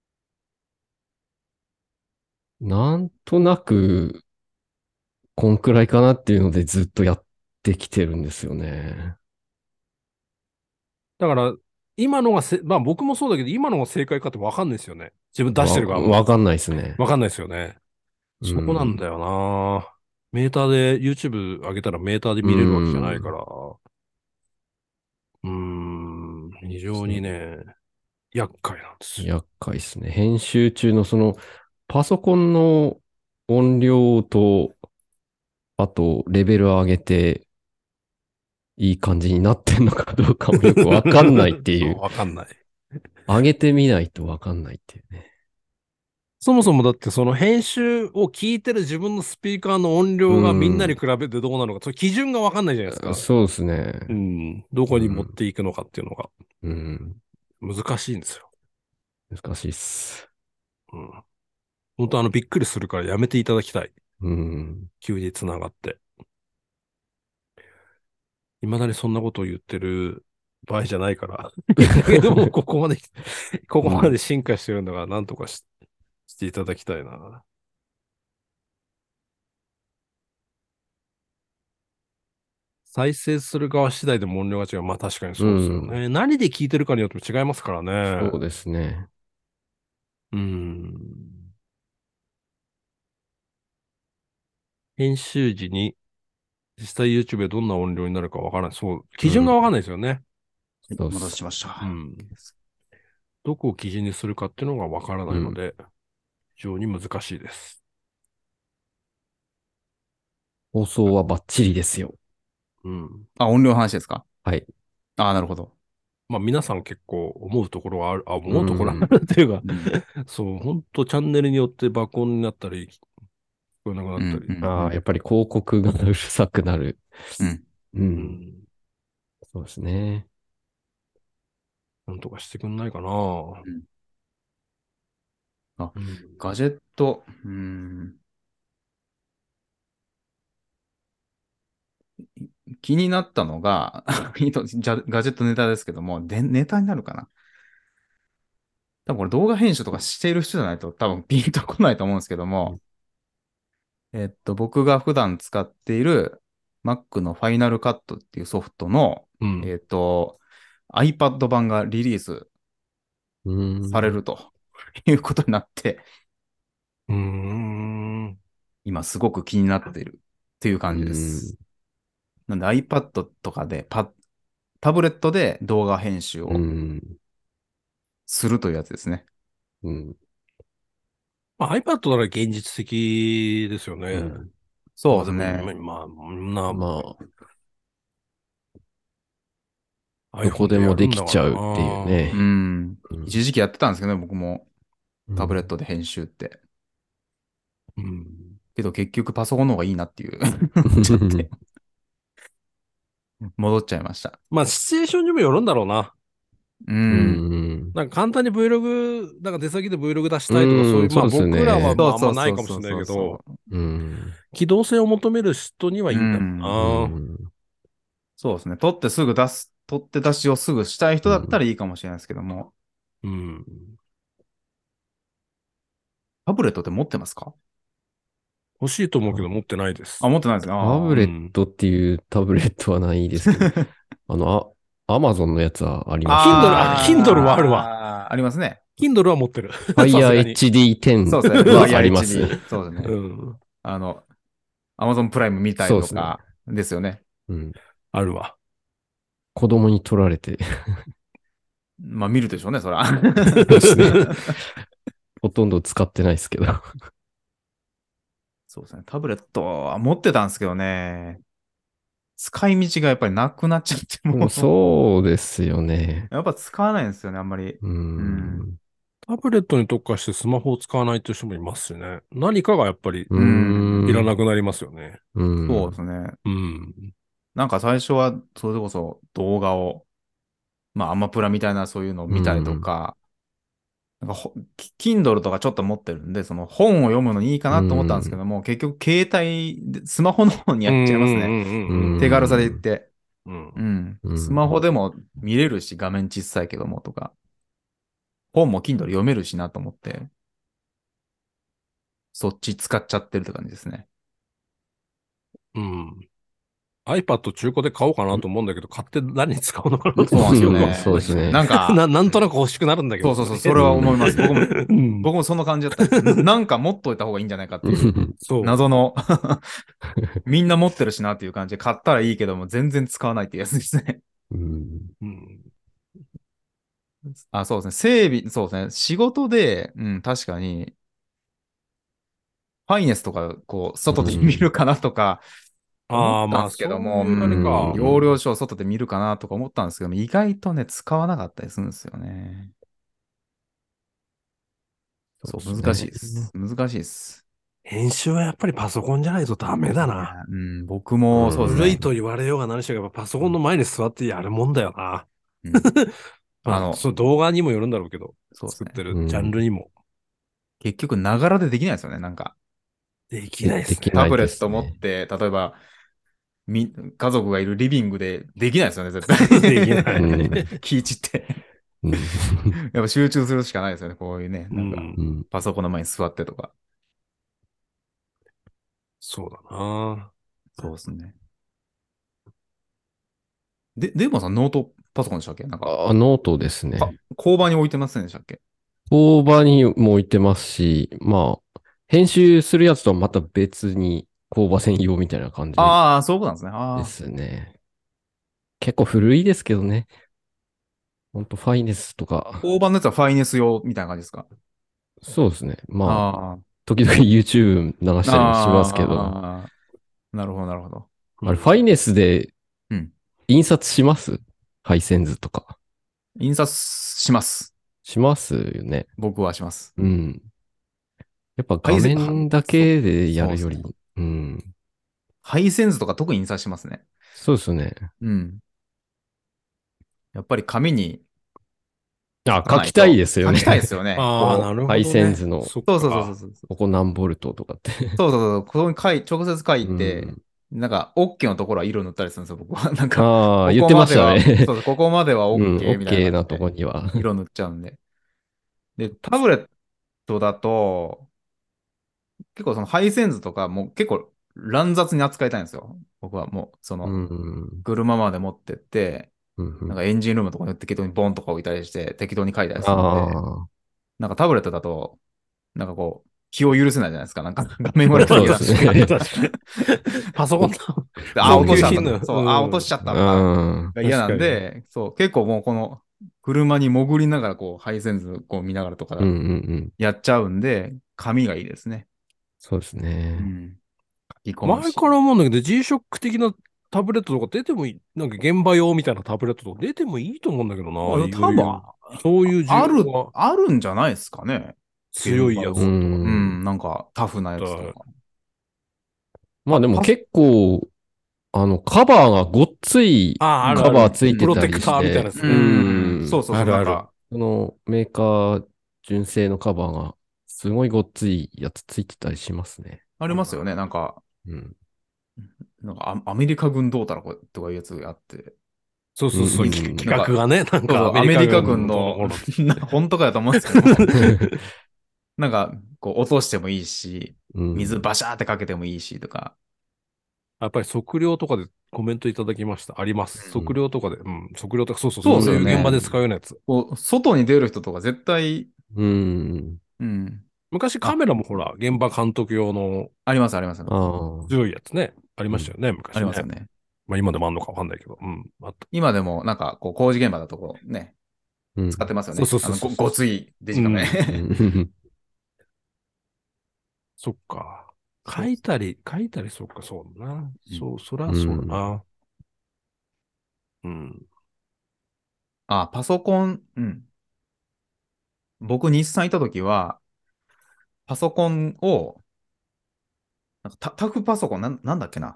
なんとなく、こんくらいかなっていうのでずっとやってきてるんですよね。 だから、今のがせ、まあ僕もそうだけど、今のが正解かってわかんないですよね。自分出しわ、 てる側も。 わかんないですね。 わかんないですよね。 うそこなんだん。 よな。メーターで、YouTube 上げたらメーターでう見れるわけじゃないかん。 ら。うーん。非常そうにね、厄介なんですよ。 厄介ですね。編集中のその、パソコンの音量と、あと、レベルを上げて、いい感じになってんのかどうかもよくわかんないってそう、 いう。 わかんない。 上げてみないとわかんないっていうね。 そもそもだってその編集を聞いてる自分のスピーカーの音う量がみんなにん。 比べてどうなのか、それ基準がわかんないじゃないですか。 そうですね。 うん。どこに持っうん。 ていくのかっていうのがうん。 難しいんですよ。 難しいっす。 うん。本当あの、びっくりするからやめていただきたい。 うん。 急に繋がって。未だにそんなことを言ってる場合じゃないから。でもここまで、ここうん。 まで進化してるんだから、なんとかし、していただきたいな。再生する側次第でも音量が違う。まあ確かにうそうですよん。 ね。何で聞いてるかによっても違いますからね。 そうですね。 うん。編集時に実際 YouTube でどんな音量になるかわからない。そう。基準がわかんうん。 ないですよね。 はい、お待たせそうっす。 しました。 うん。どこを基準にするかっていうのがわからうん。 ないので、非常に難しいです。 放送はバッチリですよ。 うん。 あ、音量の話ですか？ はい。 ああ、なるほど。 まあ皆さん結構思うところはある、あ、 う思うところあん。 るっていうか、 うん。 そう、本当チャンネルによって爆音になったり、聞こえなくなうん、 ったり。 うん、うああ、やん。 っぱり広告がうるさくなる。 うん。 うん。 うん。 そうですね。 なんとかしてくんないかな。 うん。あ、 うん。 ガジェット、うーん。気になったのが、じゃガジェットネタですけども、で、ネタになるかな？多分これ動画編集とかしている人じゃないと多分ピンとこないと思うんですけども、えっと、僕が普段使っている Mac の Final Cut っていうソフトの、 うん。 えっと、iPad 版がリリースうされん。 るということになって、 うーん。 今すごく気になっているっていうう感じでん。 す。なんで iPad とかでパ、タブレットで動画編集うをん。 するというやつですね。 うん。 まあ、iPad なら現実的ですよね。 うん。 そうまあでも、 ですね。 まあ、まあ、 まあ、 などこ iPhone でやでもでるんだからきちゃうっていううね。 な。 ん。 うん。 一時期やってたんですけどね、僕もうん。 タブレットで編集って。 うん。 けど結局パソコンの方がいいなっていうちゃって戻っちゃいました。 まあ、シチュエーションにもよるんだろうな。 ううん。 ん。 なんか簡単に Vlog、なんか出先で Vlog 出したいとか、そういう、 うん。 まあそうです僕らはね。 そうまああんまそうそうそないかもしれないうそうそけど、 うん。 機動性を求める人にはう。 いいんだろうん。 ううな。 ん。 そうですね。取ってすぐ出す、取って出しをすぐしたい人だったうん。 らいいかもしれないですけども、 うん。 タブレットって持ってますか？ 欲しいと思うけど持ってないであ、 す。 持ってないですね。 タブああ。 レッうん。 トっていうタブレットはないですけど、あの、あ、アマゾンのやつはありますね。 Kindle、あ、Kindle はあるわ。 ああ、ありますね。 Kindle は持ってる。さす Fire がに。 そうですね。 エイチディーテン はあります。 FireHD。そうですね。 うん。 あの、Amazon プライム見たりそうですね。 とかですよね。 うん。 あるわ。 子供に取られてまあ見るでしょうね、そら。 そうですね。ほとんど使ってないですけど。 そうですね。タブレットは持ってたんですけどね。使い道がやっぱりなくなっちゃってうんもうそうですよね。 やっぱ使わないんですよね、あんまり。 ううん。 ん。 タブレットに特化してスマホを使わないという人もいますしね。何かがやっぱりううん。 いらなん。 くなりますよね。 うん。 そうですね。 うん。 なんか最初は、それこそ動画を、まあアマプラみたいなそういうのをう見たりとん。 か、 なんかほ、Kindle とかちょっと持ってるんで、その本を読むのにいいかなと思ったんですけども、結局携帯で、スマホの方にやっちゃいますね。 うん手軽さで言って。 うんうん。 うんスマホでも見れるし、画面小さいけどもとか。本も Kindle 読めるしなと思って、そっち使っちゃってるって感じですね。 うん。iPad 中古で買おうかなと思うんだけど、買って何に使うのかなとそうなんですようんね。 そうですねなんか、 な、なんとなく欲しくなるんだけど。 そうそうそう、それは思います。僕も、 うん僕もそんな感じだったんです。ななんか持っといた方がいいんじゃないかっていうそう。 謎のみんな持ってるしなっていう感じで買ったらいいけども全然使わないっていうやつですね。 うんうんあ、そうですね。整備、そうですね。仕事で、うん、確かに、ファイネスとか、こう、外で見るかなとか、思っああ、まあ、 たんですけそうども、ういうあれか。 ん、容量書を外で見るかなとか思ったんですけども、意外とね、使わなかったりするんですよね。そう、難しいです。難しいです。 編集はやっぱりパソコンじゃないとダメだいな。 や、うん、僕もそうですね。 古いと言われようが何しようが、やっぱパソコンの前に座ってやるもんだよな。 うん、 まあ、 あの、 その動画にもよるんだろうけど、 そうですね。 作ってるジャンルにも。 結局、ながらでできないですよね。なんか、 できないですね。 できないタブレットですね。 持って、例えば、み、家族がいるリビングでできないですよね、絶対。 できないうん気い散って。 うんやっぱ集中するしかないですよね、こういうね。 うなんか、 ん。 うんパソコンの前に座ってとか。 そうだな。 そうですね。で、デーモンさんノートパソコンでしたっけなんか、 あ、ノートですかね。 工場に置いてませんでしたっけ？ 工場にも置いてますし、まあ、編集するやつとはまた別に工場専用みたいな感じああ、そういうことなんですね。あであ。 すね。結構古いですけどね。ほんとファイネスとか。 工場のやつはファイネス用みたいな感じですか？ そうですね。まあ、 あ時々 YouTube 流あ。 したりもしますけど、 ああ。なるほど、なるほど。 あれファイネスでうん。 印刷します配線図とか。 印刷します。 しますよね。 僕はします。 うん。やっぱ画配線面だけでやそうるより、 そううん。 配線図とか特に印刷しますね。 そうですね。 うん。やっぱり紙にあ、 書か書きたいないと。 ですよね。 書きたいですよね。 ああ、なこう。 るほどね。 配線図のそっそうそうそうか。 そうそう。 ここ何ボルトとかって。 そうそうそう。ここに書い、直接書ういて、 ん。 なんか、OK のところは色塗ったりするんですよ、僕は。なんか、 ああ、 こ言ってましたこまでは、 ね。 そうそう、ここまではうん、 OK みたいな OK なと感じで、 こには。 色塗っちゃうんで。で、タブレットだと、結構その配線図とかも結構乱雑に扱いたいんですよ。僕はもう、そうの、 ん。 車まで持ってって、 うんうんなんかエンジンルームのところに適当にボンとか置いたりして、適当に書いたりするんで、 ああ、 なんかタブレットだと、なんかこう、気を許せないじゃないですか。なんか画面割れたそうで時が。 すね。 確かに。パソコンのであ、落高としちゃったとか。 級品の。 そう、あ、落としちゃったとかうん。 が嫌なん確かにね。 で、そう、結構もうこの、車に潜りながらこう、配線図こう見ながらとかうんうんうん。 やっちゃうんで、紙がいいですね。 そうですね。 うん。書き込むし。 前から思うんだけど、G-ショック 的なタブレットとか出てもいい、なんか現場用みたいなタブレットとか出てもいいと思うんだけどな。いあ多分、 よいよそういう需ある、 要があるんじゃないですかね。 強いやつうとか。 うんん、なんかタフなやつとか。 まあでもパ結構、あの、カバーがごっついああ、あるあカる。 バーついてプロテクたりしてターみたいなや、つうね。 ん、そうそうそう、 あるあるなんか、 そのメーカー純正のカバーがすごいごっついやつついてたりしますね。 ありますよね。なんか、 うん。 なんかアアメリカ軍どうたらことかいうやつがあって。 そうそうそう。 うん企画がね、なんそうそうかアメリカ軍軍のどうのこうの、 な本当かやと思うんですけども、なんか、こう落としてもいいし、 うん水バシャーってかけてもいいしとか。 やっぱり測量とかでコメントいただきました。あります。 うん測量とかで。うん。測量とか、そうそうそうですそういうよね現場で使うようなやつ。 こう外に出る人とか絶対、 うん。 うん、 昔カメラもほら、現場監督用のありますあります。 ああ。 強いやつね。ありましたよね、 あ昔ね。 りますよね。 まあ今でもあんのかわかんないけど。うん。あった。 今でもなんかこう工事現場だとこうね、 うん。 使ってますよね。 そうそうそうそうあのごごついデジカメ。 うんそっか。 そう書いたり、書いたり、そっか、そうだな。 うんそう、そりゃそうだな。うん。 あ、パソコン、うん。僕日産いた時は、パソコンを、なんかタタフパソコンなん、なんだっけな。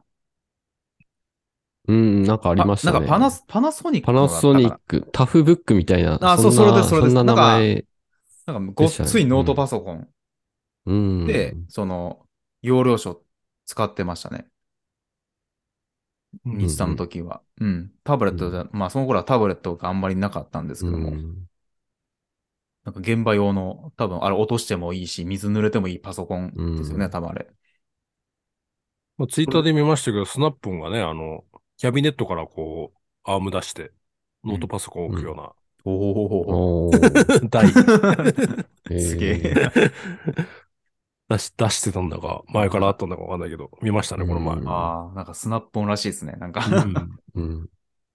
うん、なんかありまパしたね。 なんかパナス、パナソニッパクナソニのだったかック、タフブックみたいな、 な。あ、そう、 そんな、 それです、それです。 そんな名なんか、 前なんかごっついノートパソコンうん。 で、その、容量書使ってましたね。 うん日産の時は。うん。タブレットじゃ、まあその頃はタブレットがあんまりなかったんですうけども、 ん。 なんか現場用の、多分あれ落としてもいいし、水濡れてもいいパソコンですよね、 うん。 多分あれ。 まあ、ツイッターで見ましたけど、スナップンがね、あの、キャビネットからこう、アーム出して、ノートパソコンを置くような、 おお。 おー。 台、 すげええ。 出し、出してたんだか、前からあったんだかわかんないけど、見ましたね、この前。 うんああ、なんかスナップオンらしいですね。なんかうん。 うん。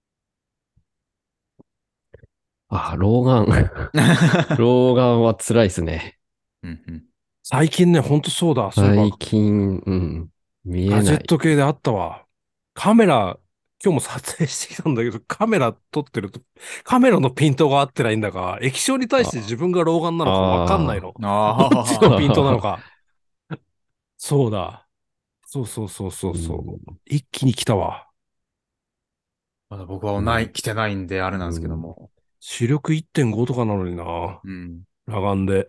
あ、老眼。老眼は辛いですね。 うんうん。 最近ね、ほんとそうだ。そういえば、 最近、うん。見ガジェッえない。 ト系であったわ。カメラ、今日も撮影してきたんだけど、カメラ撮ってると、カメラのピントが合ってないんだか、液晶に対して自分が老眼なのかわかんないあの。どっちのああ、 ピントなのか。そうだ。そうそうそうそううそう。 ん。 一気に来たわ。 まだ僕はない、 うん。 来てないんであれなんですけどうん。 も。 視力いってんごとかなのにな。 うん。 裸眼で。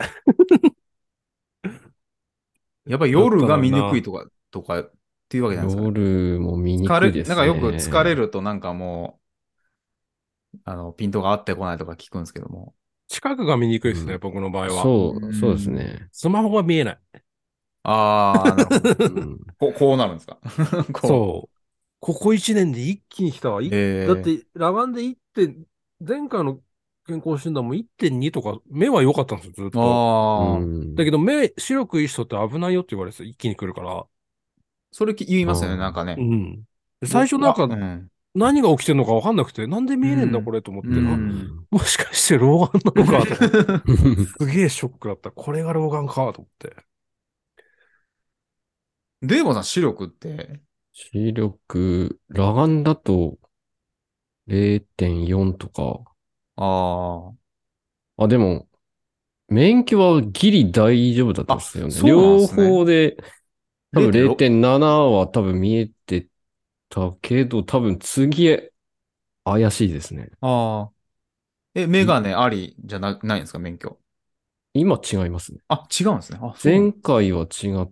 やっぱりだった夜が見にくいのにな。 とか、とかっていうわけじゃないですかね。 夜も見に疲れ、 くいですなんかよく疲れね。 るとなんかもう、あの、ピントが合ってこないとか聞くんですけども。 近くが見にくいですね、 うん。 僕の場合は。 うそう、そうですん。 ね。 スマホが見えない。 ああ、なるほど。 うん。 こう、こうなるんですか？こそう。ここいちねんで一気に来たわ。 う。 いだっええて、裸眼でいってん、前回の健康診断もいってんにとか、目は良かったんですよ、ずっー。 と。 うああ、 だん。 けど目、視力いい人って危ないよって言われて、一気に来るから。 それき言いますよね、なんあかね。 うん。で最初僕、あ、 なんかうん。 何が起きてるのか分かんなくて、なんで見えねえんだこうん。 れと思っうて、あ、 ん。 もしかして老眼なのかとか、すげえショックだった。これが老眼かと思って。 デーボさん、視力って、 視力、裸眼だとれいてんよんとか。 ああ、でも、免許はギリ大丈夫だっあ。あ、 たんですよね。 そうなんで両すね。 方で、多分れいてんろく。 れいてんななは多分見えてたけど、多分次怪しいですね。 ああ。え、メガネありじゃな、ないんですか、免許。 今違いますね。 あ、違うんですね。あ、そうな前の。 回は違って、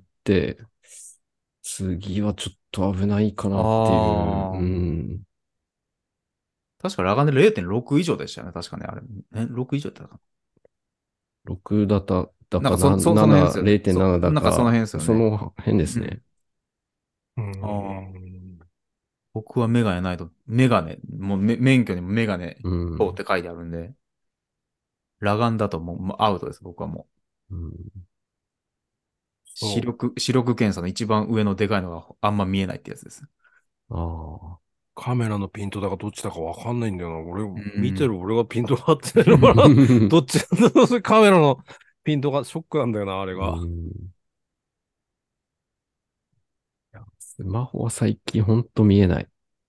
次はちょっと危ないかなっていう。うああ。 ん。 確か裸眼でれいてんろく以上でしたよね。確かね、あれ。え、ろく以上だったかろくだた、だな。なんかかそ、 な、 そ、その辺でなな、 すよね。そ、 れいてんななだなんかそのか、 辺ですよね。 その辺ですうん。 ね。 うーああ。 ん。 僕はメガネないと、メガネ、もうめ免許にもメガネうん。 等って書いてあるんで、裸眼だともうもうアウトです、僕はもう。 うん、 そう。 視力、視力検査の一番上のでかいのがあんま見えないってやつです。 ああ。 カメラのピントだかどっちだかわかんないんだよな。俺、 う見てん。 る俺がピントが合ってるのかな。どっちなんだろう。カメラのピントがショックなんだよな、あれうが。 ん、スマホは最近ほんと見えない。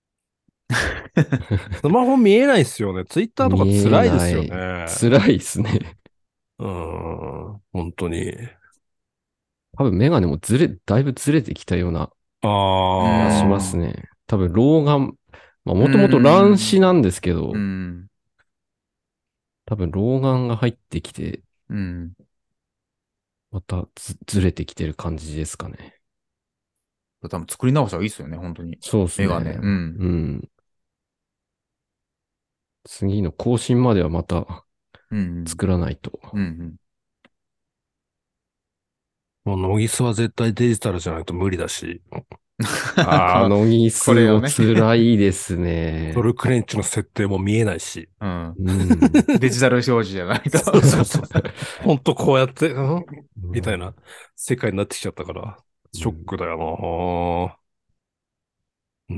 スマホ見えないっすよね。ツイッターとか見え辛いですよない。 ね。 辛いですね。 うーん。本当に。 多分メガネもずれ、だいぶずれてきたようなあう気がしまあ。 すね。多分老眼、まあうもともと乱視ん。 なんですけうど、 ん。 多分老眼が入ってきて、 うん。 またず、ずれてきてる感じですかね。 多分作り直した方がいいですよね、本当に。 そうですメガネ。 ね。 うん。 うん。次の更新まではまたうん。 作らないと。 うん。 もうノギスは絶対デジタルじゃないと無理だし、 こあの、 のギスもこれをね。 辛いですトね。 ルクレンチの設定も見えないし。 うん。 うん。 デジタル表示じゃないと。 そうそうそう。ほんとこうやって、うんうん。 みたいな世界になってきちゃったから、ショッうん。 クだよな。うん。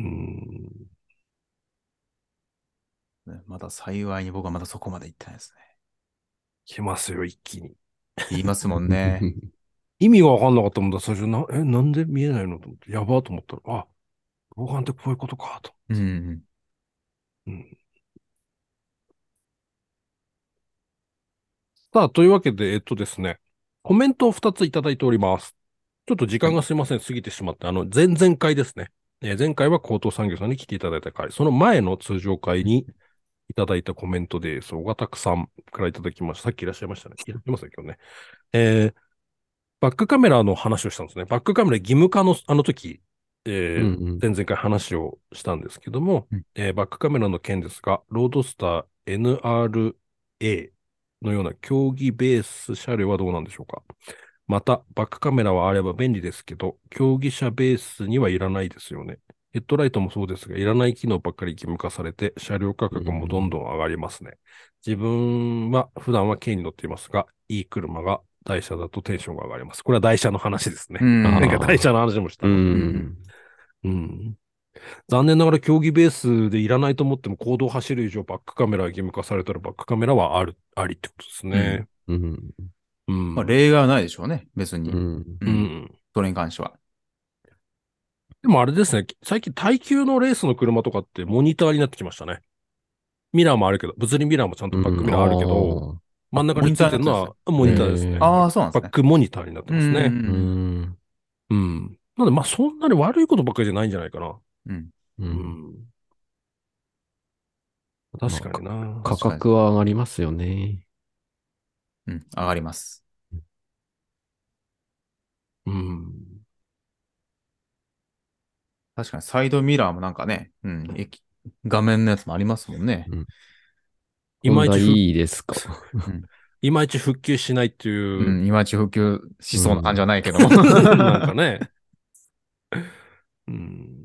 ねまだ幸いに僕はまだそこまで行ってないですね。 来ますよ、一気に。 言いますもんね。 意味がわかんなかったもんだ、最初。な、え、なんで見えないのと思って、やばーと思ったら、あ、老眼ってこういうことか、と。 うん。 うん。さあ、というわけで、えっとですね、コメントをふたついただいております。ちょっと時はい。 間がすいません、過ぎてしまって、あの、前々回ですね。えー前回は高等産業さんに来ていただいた回、その前の通常回に、 いただいたコメントです。小型さんからいただきました。さっきいらっしゃいましたね。いらっしゃいますね、今日ね。えー、バックカメラの話をしたんですね。バックカメラ義務化のあの時、えー、 うんうん。 前々回話をしたんですけども、 うんえーバックカメラの件ですが、ロードスター エヌアールエー のような競技ベース車両はどうなんでしょうか。また、バックカメラはあれば便利ですけど、競技車ベースにはいらないですよね。ヘッドライトもそうですが、いらない機能ばっかり義務化されて、車両価格もどんどん上がりますね。自分は普段は軽に乗っていますが、いい車が台車だとテンションが上がります。これは台車の話ですね。 うんなんか台車の話もしたうので。 ん。 うん。残念ながら競技ベースでいらないと思っても公道走る以上バックカメラが義務化されたらバックカメラはある、ありってことですね。 うん。 うん。 まあ、例外はないでしょうね、別に。 うん。 う。 うんん。 それに関しては。 でもあれですね、最近耐久のレースの車とかってモニターになってきましたね。ミラーもあるけど、物理ミラーもちゃんとバックミラーあるけど、真ん中についてるのはモニターですね。 ああ、そうなんですね。 バックモニターになってますね。 う。ん。 うん。なので、まあそんなに悪いことばっかりじゃないんじゃないかな。 うん。 う。 うんん。確かにな。 価格は上がりますよね。 うん。上がります。 うん。 確かにサイドミラーもなんかね、うん。液画面のやつもありますもんね。 うん。 いまいちふ、 いいですか。 うん。 いまいち復旧しないっていうう、 ん。いまいち普及しそうな感じはないけども。 なんかね。うん。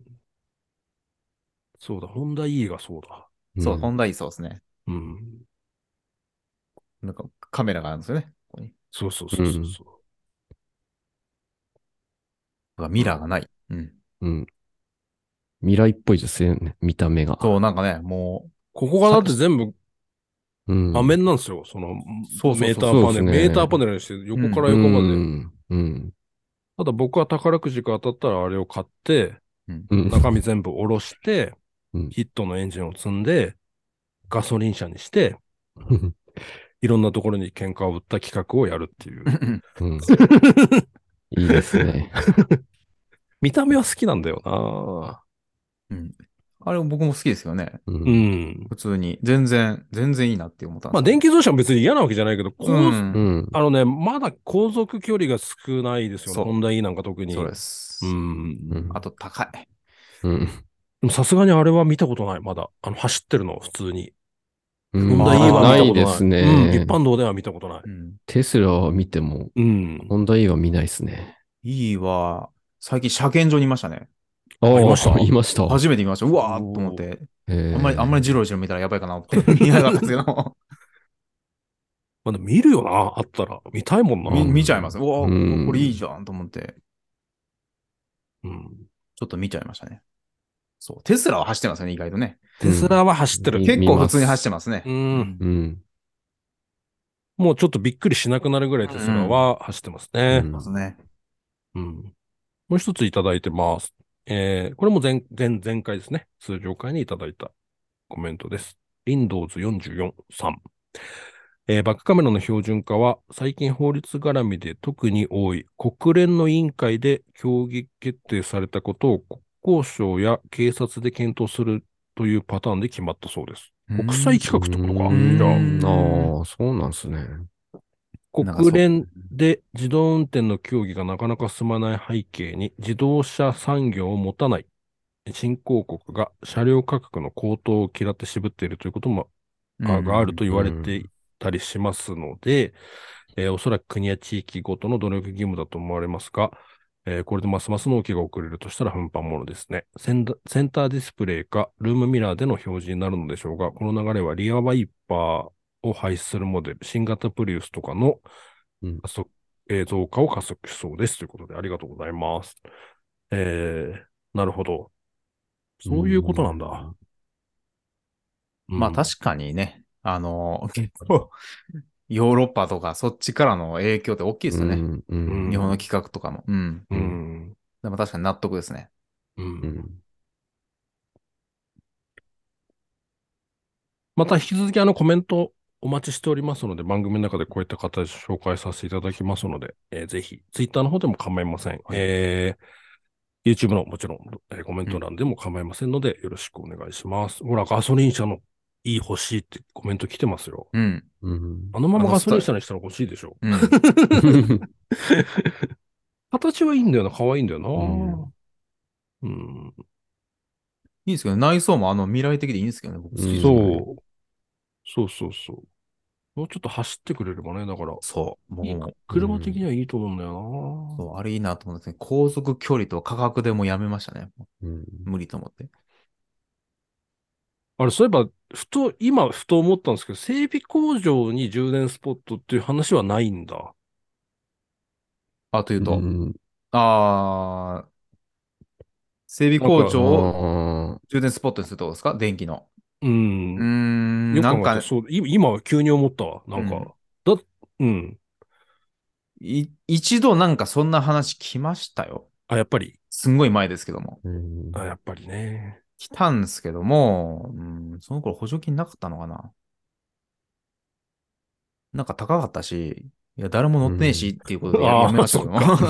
そうだ、ホンダ E がそうだ。 そう、 うんホンダいいそうですね。 うん。 なんかカメラがあるんですよね。ここに。 そうそうそうそうそう。 ミラーがない。うん。 うん。未来っぽいですよね、見た目が。 そう、なんかね、もここがだって全部うん。 画面なんですよ。そのそうそうそうメーターパネル、 そうですねメーターパネルにして横からう横まで。 ん。うん。 ただ僕は宝くじが当たったらあれを買って、 う、うん。 うん。 中身全部下ろして、 うんヒットのエンジンを積んで、ガソリン車にして、いろんなところに喧嘩を売った企画をやるっていう。 うん。いいですね。 見た目は好きなんだよな。 うん。あれ僕も好きですよね。 う。 うんん。 普通に。全然、全然いいなって思ったんまあですけど。 電気自動車も別に嫌なわけじゃないけど、こう、 うん。 うん。 あのね、まだ航続距離が少ないですよね。 そうホンダ E なんか特に。 そうです。 うん。 うんあと高い。 うん。 でもさすがにあれは見たことない、まだ。あの、走ってるの、普通に。 うん。 ホンダ E は見たことない。 ないですうん、一ね。 般道では見たことない。 うん。 テスラを見ても、 うん。 ホンダ E は見ないですね。 いいは、最近車検場にいましたね。 ああ、 いましたいました。 初めて見ました。うわーっと思って。 えあんまり、あんまりジロジロ見たらやばいかなって見なかったですけど。 まあ、でも見るよな、あったら。見たいもんな。 見うん見ちゃいます。うわうーんこれいいじゃんと思って、 うん。 ちょっと見ちゃいましたね。そう。テスラは走ってますよね、意外とね。 テスラは走ってる。 うん結構普通に走ってますね。 う。 うんん。 うん。 もうちょっとびっくりしなくなるぐらいテスラは走ってますね。 うんますね。 うん。もう一ついただいてます。えー、これも前、前、前回ですね。通常回にいただいたコメントです。Windows よんじゅうよんさん。えーバックカメラの標準化は最近法律絡みで特に多い国連の委員会で協議決定されたことを国交省や警察で検討するというパターンで決まったそうです。国際企画ってことか。 うんじゃあ、 ああ、そうなんですね。 国連で自動運転の協議がなかなか進まない背景に自動車産業を持たない新興国が車両価格の高騰を嫌って渋っているということも、あがあると言われていたりしますので、えーおそらく国や地域ごとの努力義務だと思われますが、えーこれでますます納期が遅れるとしたら奮発ものですね。センダセンターディスプレイかルームミラーでの表示になるのでしょうが、この流れはリアワイパーを廃止するモデル、新型プリウスとかのうん加速えー増加を加速しそうですということでありがとうございます。えー、なるほど。そういうことなんだ。うんまあ確かにね、あのー結構、ヨーロッパとかそっちからの影響って大きいですよね。 うんうん日本の企画とかも。うん。 う。 うんでも確かに納得ですね。 う。 うんんまた引き続きあのコメントお待ちしておりますので、番組の中でこういった形で紹介させていただきますので、えーぜひ、ツイッターの方でも構いません。 はいえー、YouTube のもちろん、えーコメント欄でも構いませんので、よろしくお願いします。ほら、ガソリン車のいい欲しいってコメント来てますよ。 うん。 うんあのままあのガソリン車にしたら欲しいでしょ。 うん。 形はいいんだよな、可愛いんだよな。 うんうん。 いいですけど、内装もあの未来的でいいんですけどね。僕好きですけどね。 そう。そうそうそう。もうちょっと走ってくれればね、だから、 そう。僕いいも、 車的にはいいと思うんだよそう、あれいいなと思って、航続距離と価格でもうやめましたね。 うん無理と思って。 な。あれ、そういえば、ふと、今、ふと思ったんですけど、整備工場に充電スポットっていう話はないんだ。 あ、といううと、 んあー、整備工なんか、 場をあ充電スポットにするってことですか？電気の。 ううーん。 ん、 よく考えたら、 なんか、 そう、い今は急に思ったわ。なんか、 うん。 だ、うん。 い、一度なんかそんな話来ましたよ。 あ、やっぱり。 すんごい前ですけども。 ーうんあ、やっぱりね。 来たんですけども、うん、その頃補助金なかったのかな。なんか高かったし、いや、誰も乗ってねえしっていうことでや、やああ、 めましたけども。 そっか。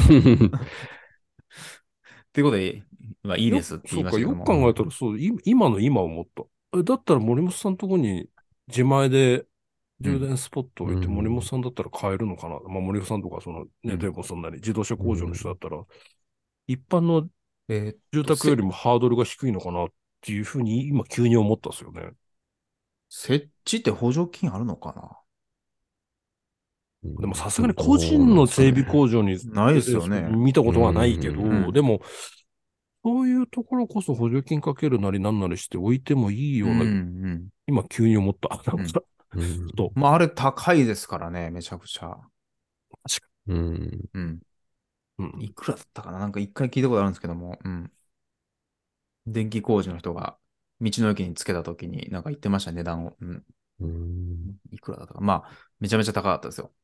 っていうことで、まあいいでよ、 すって言そっか、よくいましたけども。 考えたら、そう、い今の今思った。えだったら森本さんのとこに自前でうん。 充電スポット置いて、森本さんだったら買えるのかな。まあ、森本さんとか、そのね、 うん。 デーボンさんなり自動車う工場の人だっんたら、一般のえーっと、 住宅よりせ、 もハードルが低いのかなっていうふうに今急に思ったんですよね。 設置って補助金あるのかな？ でもさすがに個どうなんですか人の整備ね。 工場にないで充電スポットすよね。 見たうことはないけど、 ん。 でも、そういうところこそ補助金かけるなりなんなりして置いてもいいうん、 ような、 うん、 今急に思った。なんうん。 か、 うんと、 まあ、あれ高いですからね、めちゃくちゃ。 確かうん。 うん。 に。うん。 いくらだったかな、なんか一回聞いたことあるんですけども、うん。電気工事の人が道の駅につけた時になんか言ってました、値段を。うん。 うんいくらだったか。まあ、めちゃめちゃ高かったですよ。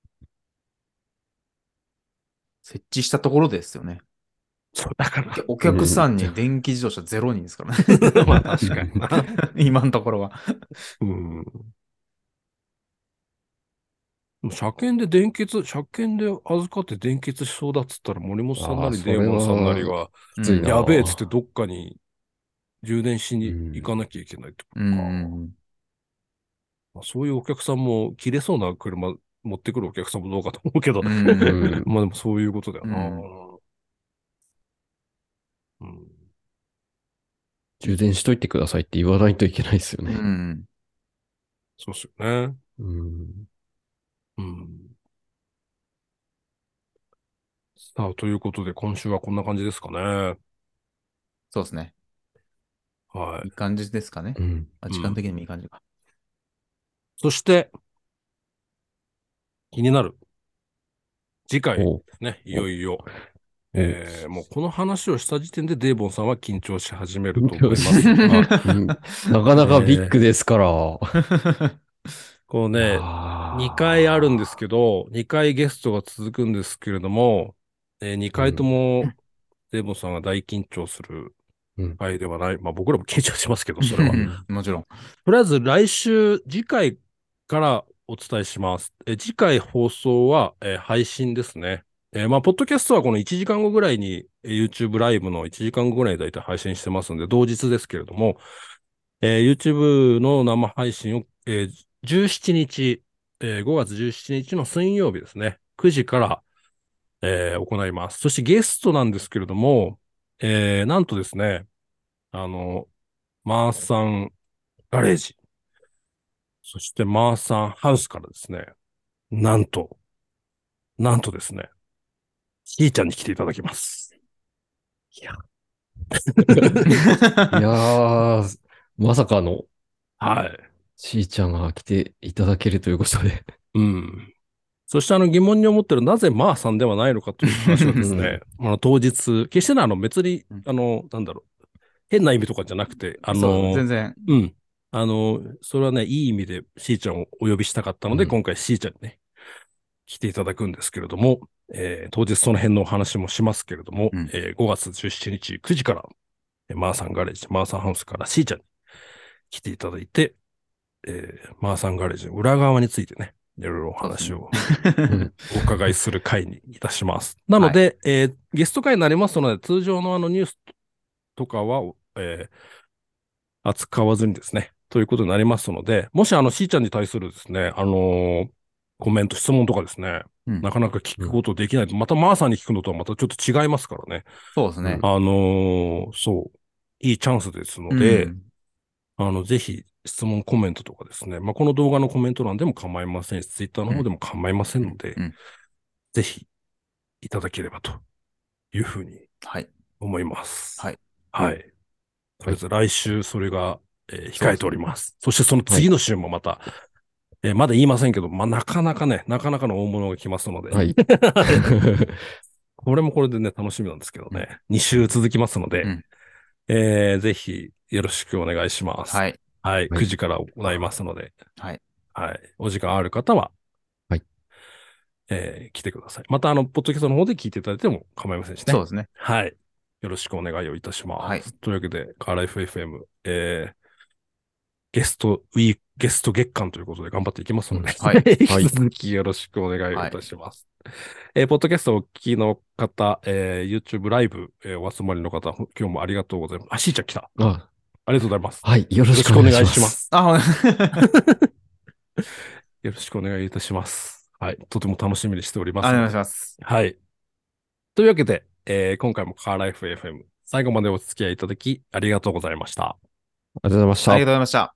設置したところですよね。 そう、だからお客うんさんに電気自動車ゼロ人ですからね。 まあ確かにな。 今のところは。 うん。車検で電結、車検で預かって電結しそうだっつったら森本さんああ、 なりそれデーモンさんなりは、 が、 きついな。 うん。 やべえっつってどっかに充電しに行うん。 かなきゃいけないってこうとか。 ん。 まあ、そういうお客さんも切れそうな車持ってくるお客さんもどうかと思うけど、 ううん。 ん。 まあでもそういうことだよな。 うん。 うん。 充電しといてくださいって言わないといけないですようね。 ん。 そうっすよね。 うん。 うん。さあ、ということで今週はこんな感じですかね。 そうですね。 はい。 いい感じですかね。 うん。 あ、 うん。 時間的にもいい感じか。 そして気になる次回でお、 すね。いお、 よいよ。 お、 えー、もうこの話をした時点でデーボンさんは緊張し始めると思いまよし。 すが、 うん。なかなかビッえー、 グですから。いやこうね、にかいあるんですけー。 ど、にかいゲストが続くんですけれども、えー、にかいとうん。 もデーボンさんが大緊張するうん。 回ではない。まあ僕らも緊張しますけど、それは。 もちろん。 とりあえず来週、次回からお伝えします。え次回放送は、えー配信ですね。えーまあ、ポッドキャストはこのいちじかんごぐらいに、えー YouTube ライブのいちじかんごぐらいにだいたい配信してますんで、同日ですけれども、えー YouTube の生配信を、えーじゅうしちにち、えーごがつじゅうしちにちの水曜日ですね、くじから、えー行います。そしてゲストなんですけれども、えーなんとですね、あの、マーサンガレージ、そしてマーサンハウスからですね、なんと、なんとですね、ひーちゃんに来ていただきます。いや、 いやー、まさかのはい。 しーちゃんが来ていただけるということで。 うん。そしてあの疑問に思ってるなぜマーさんではないのかという話はですね、 うん。 あの当日、決してねあの別に、 うんあの、なんだろう、変な意味とかじゃなくて、あそう、 の、 全然。 うん。あの、それはね、いい意味でしーちゃんをお呼びしたかったので、 うん。 今回しーちゃんにね、来ていただくんですけれども、えー当日その辺のお話もしますけれども、 うん。 えーごがつじゅうしちにちくじから、えーマーサンガレージ、マーサンハウスからしーちゃんに来ていただいて、えーマーサンガレージの裏側についてね、いろいろおそうですね。 話をうん。 お伺いする回にいたします。なのはい。 で、えーゲスト回になりますので、通常のあのニュースとかは、えー扱わずにですね、とということになりますので、もしあの、しーちゃんに対するですね、あのーコメント、質問とかですね、 うんなかなか聞くことできないと、またマーさんに聞くのとはまたちょっと違いますからね。 そうですね。 あのーそう、いいチャンスですのうで、 ん。 あの、ぜひ質問、コメントとかですね、まあ、この動画のコメント欄でも構いませんし、ツイッターの方でも構いませんので、 うん。 ぜひいただければというふうにはい。 思います。 はい。 はい。とりあえず来週それが、えー控えております。そしてその次の週もまた、えーまだ言いませんけど、まあ、なかなかね、なかなかの大物が来ますので、 はい。 これもこれでね、楽しみなんですけどね、に週続きますので、 うんえーぜひよろしくお願いします。 はい。 はい。 はいくじから行いますので、 はい。 はい。お時間ある方は、 はい。 えー来てください。また、あの、ポッドキャストの方で聞いていただいても構いませんしね。 そうですね。 はい。よろしくお願いをいたします。 はいというわけで、カーライフ エフエム、えー、ゲスト、ウィーク、ゲスト月間ということで頑張っていきますので、 うんはい引き続きよろしくお願いをいたします。えーポッドキャストをお聞きの方、えー YouTube ライブ、えーお集まりの方、今日もありがとうございます。あ、しーちゃん来た。 あ、 ありがとうございます。 はい。よろしくお願いします。 あ、ほんよろしくお願いいたします。はい。とても楽しみにしておりますあおので。 願いします。 はい。というわけで、えー今回もカーライフ エフエム、最後までお付き合いいただきありがとうございました。 ありがとうございましたありがとうございました。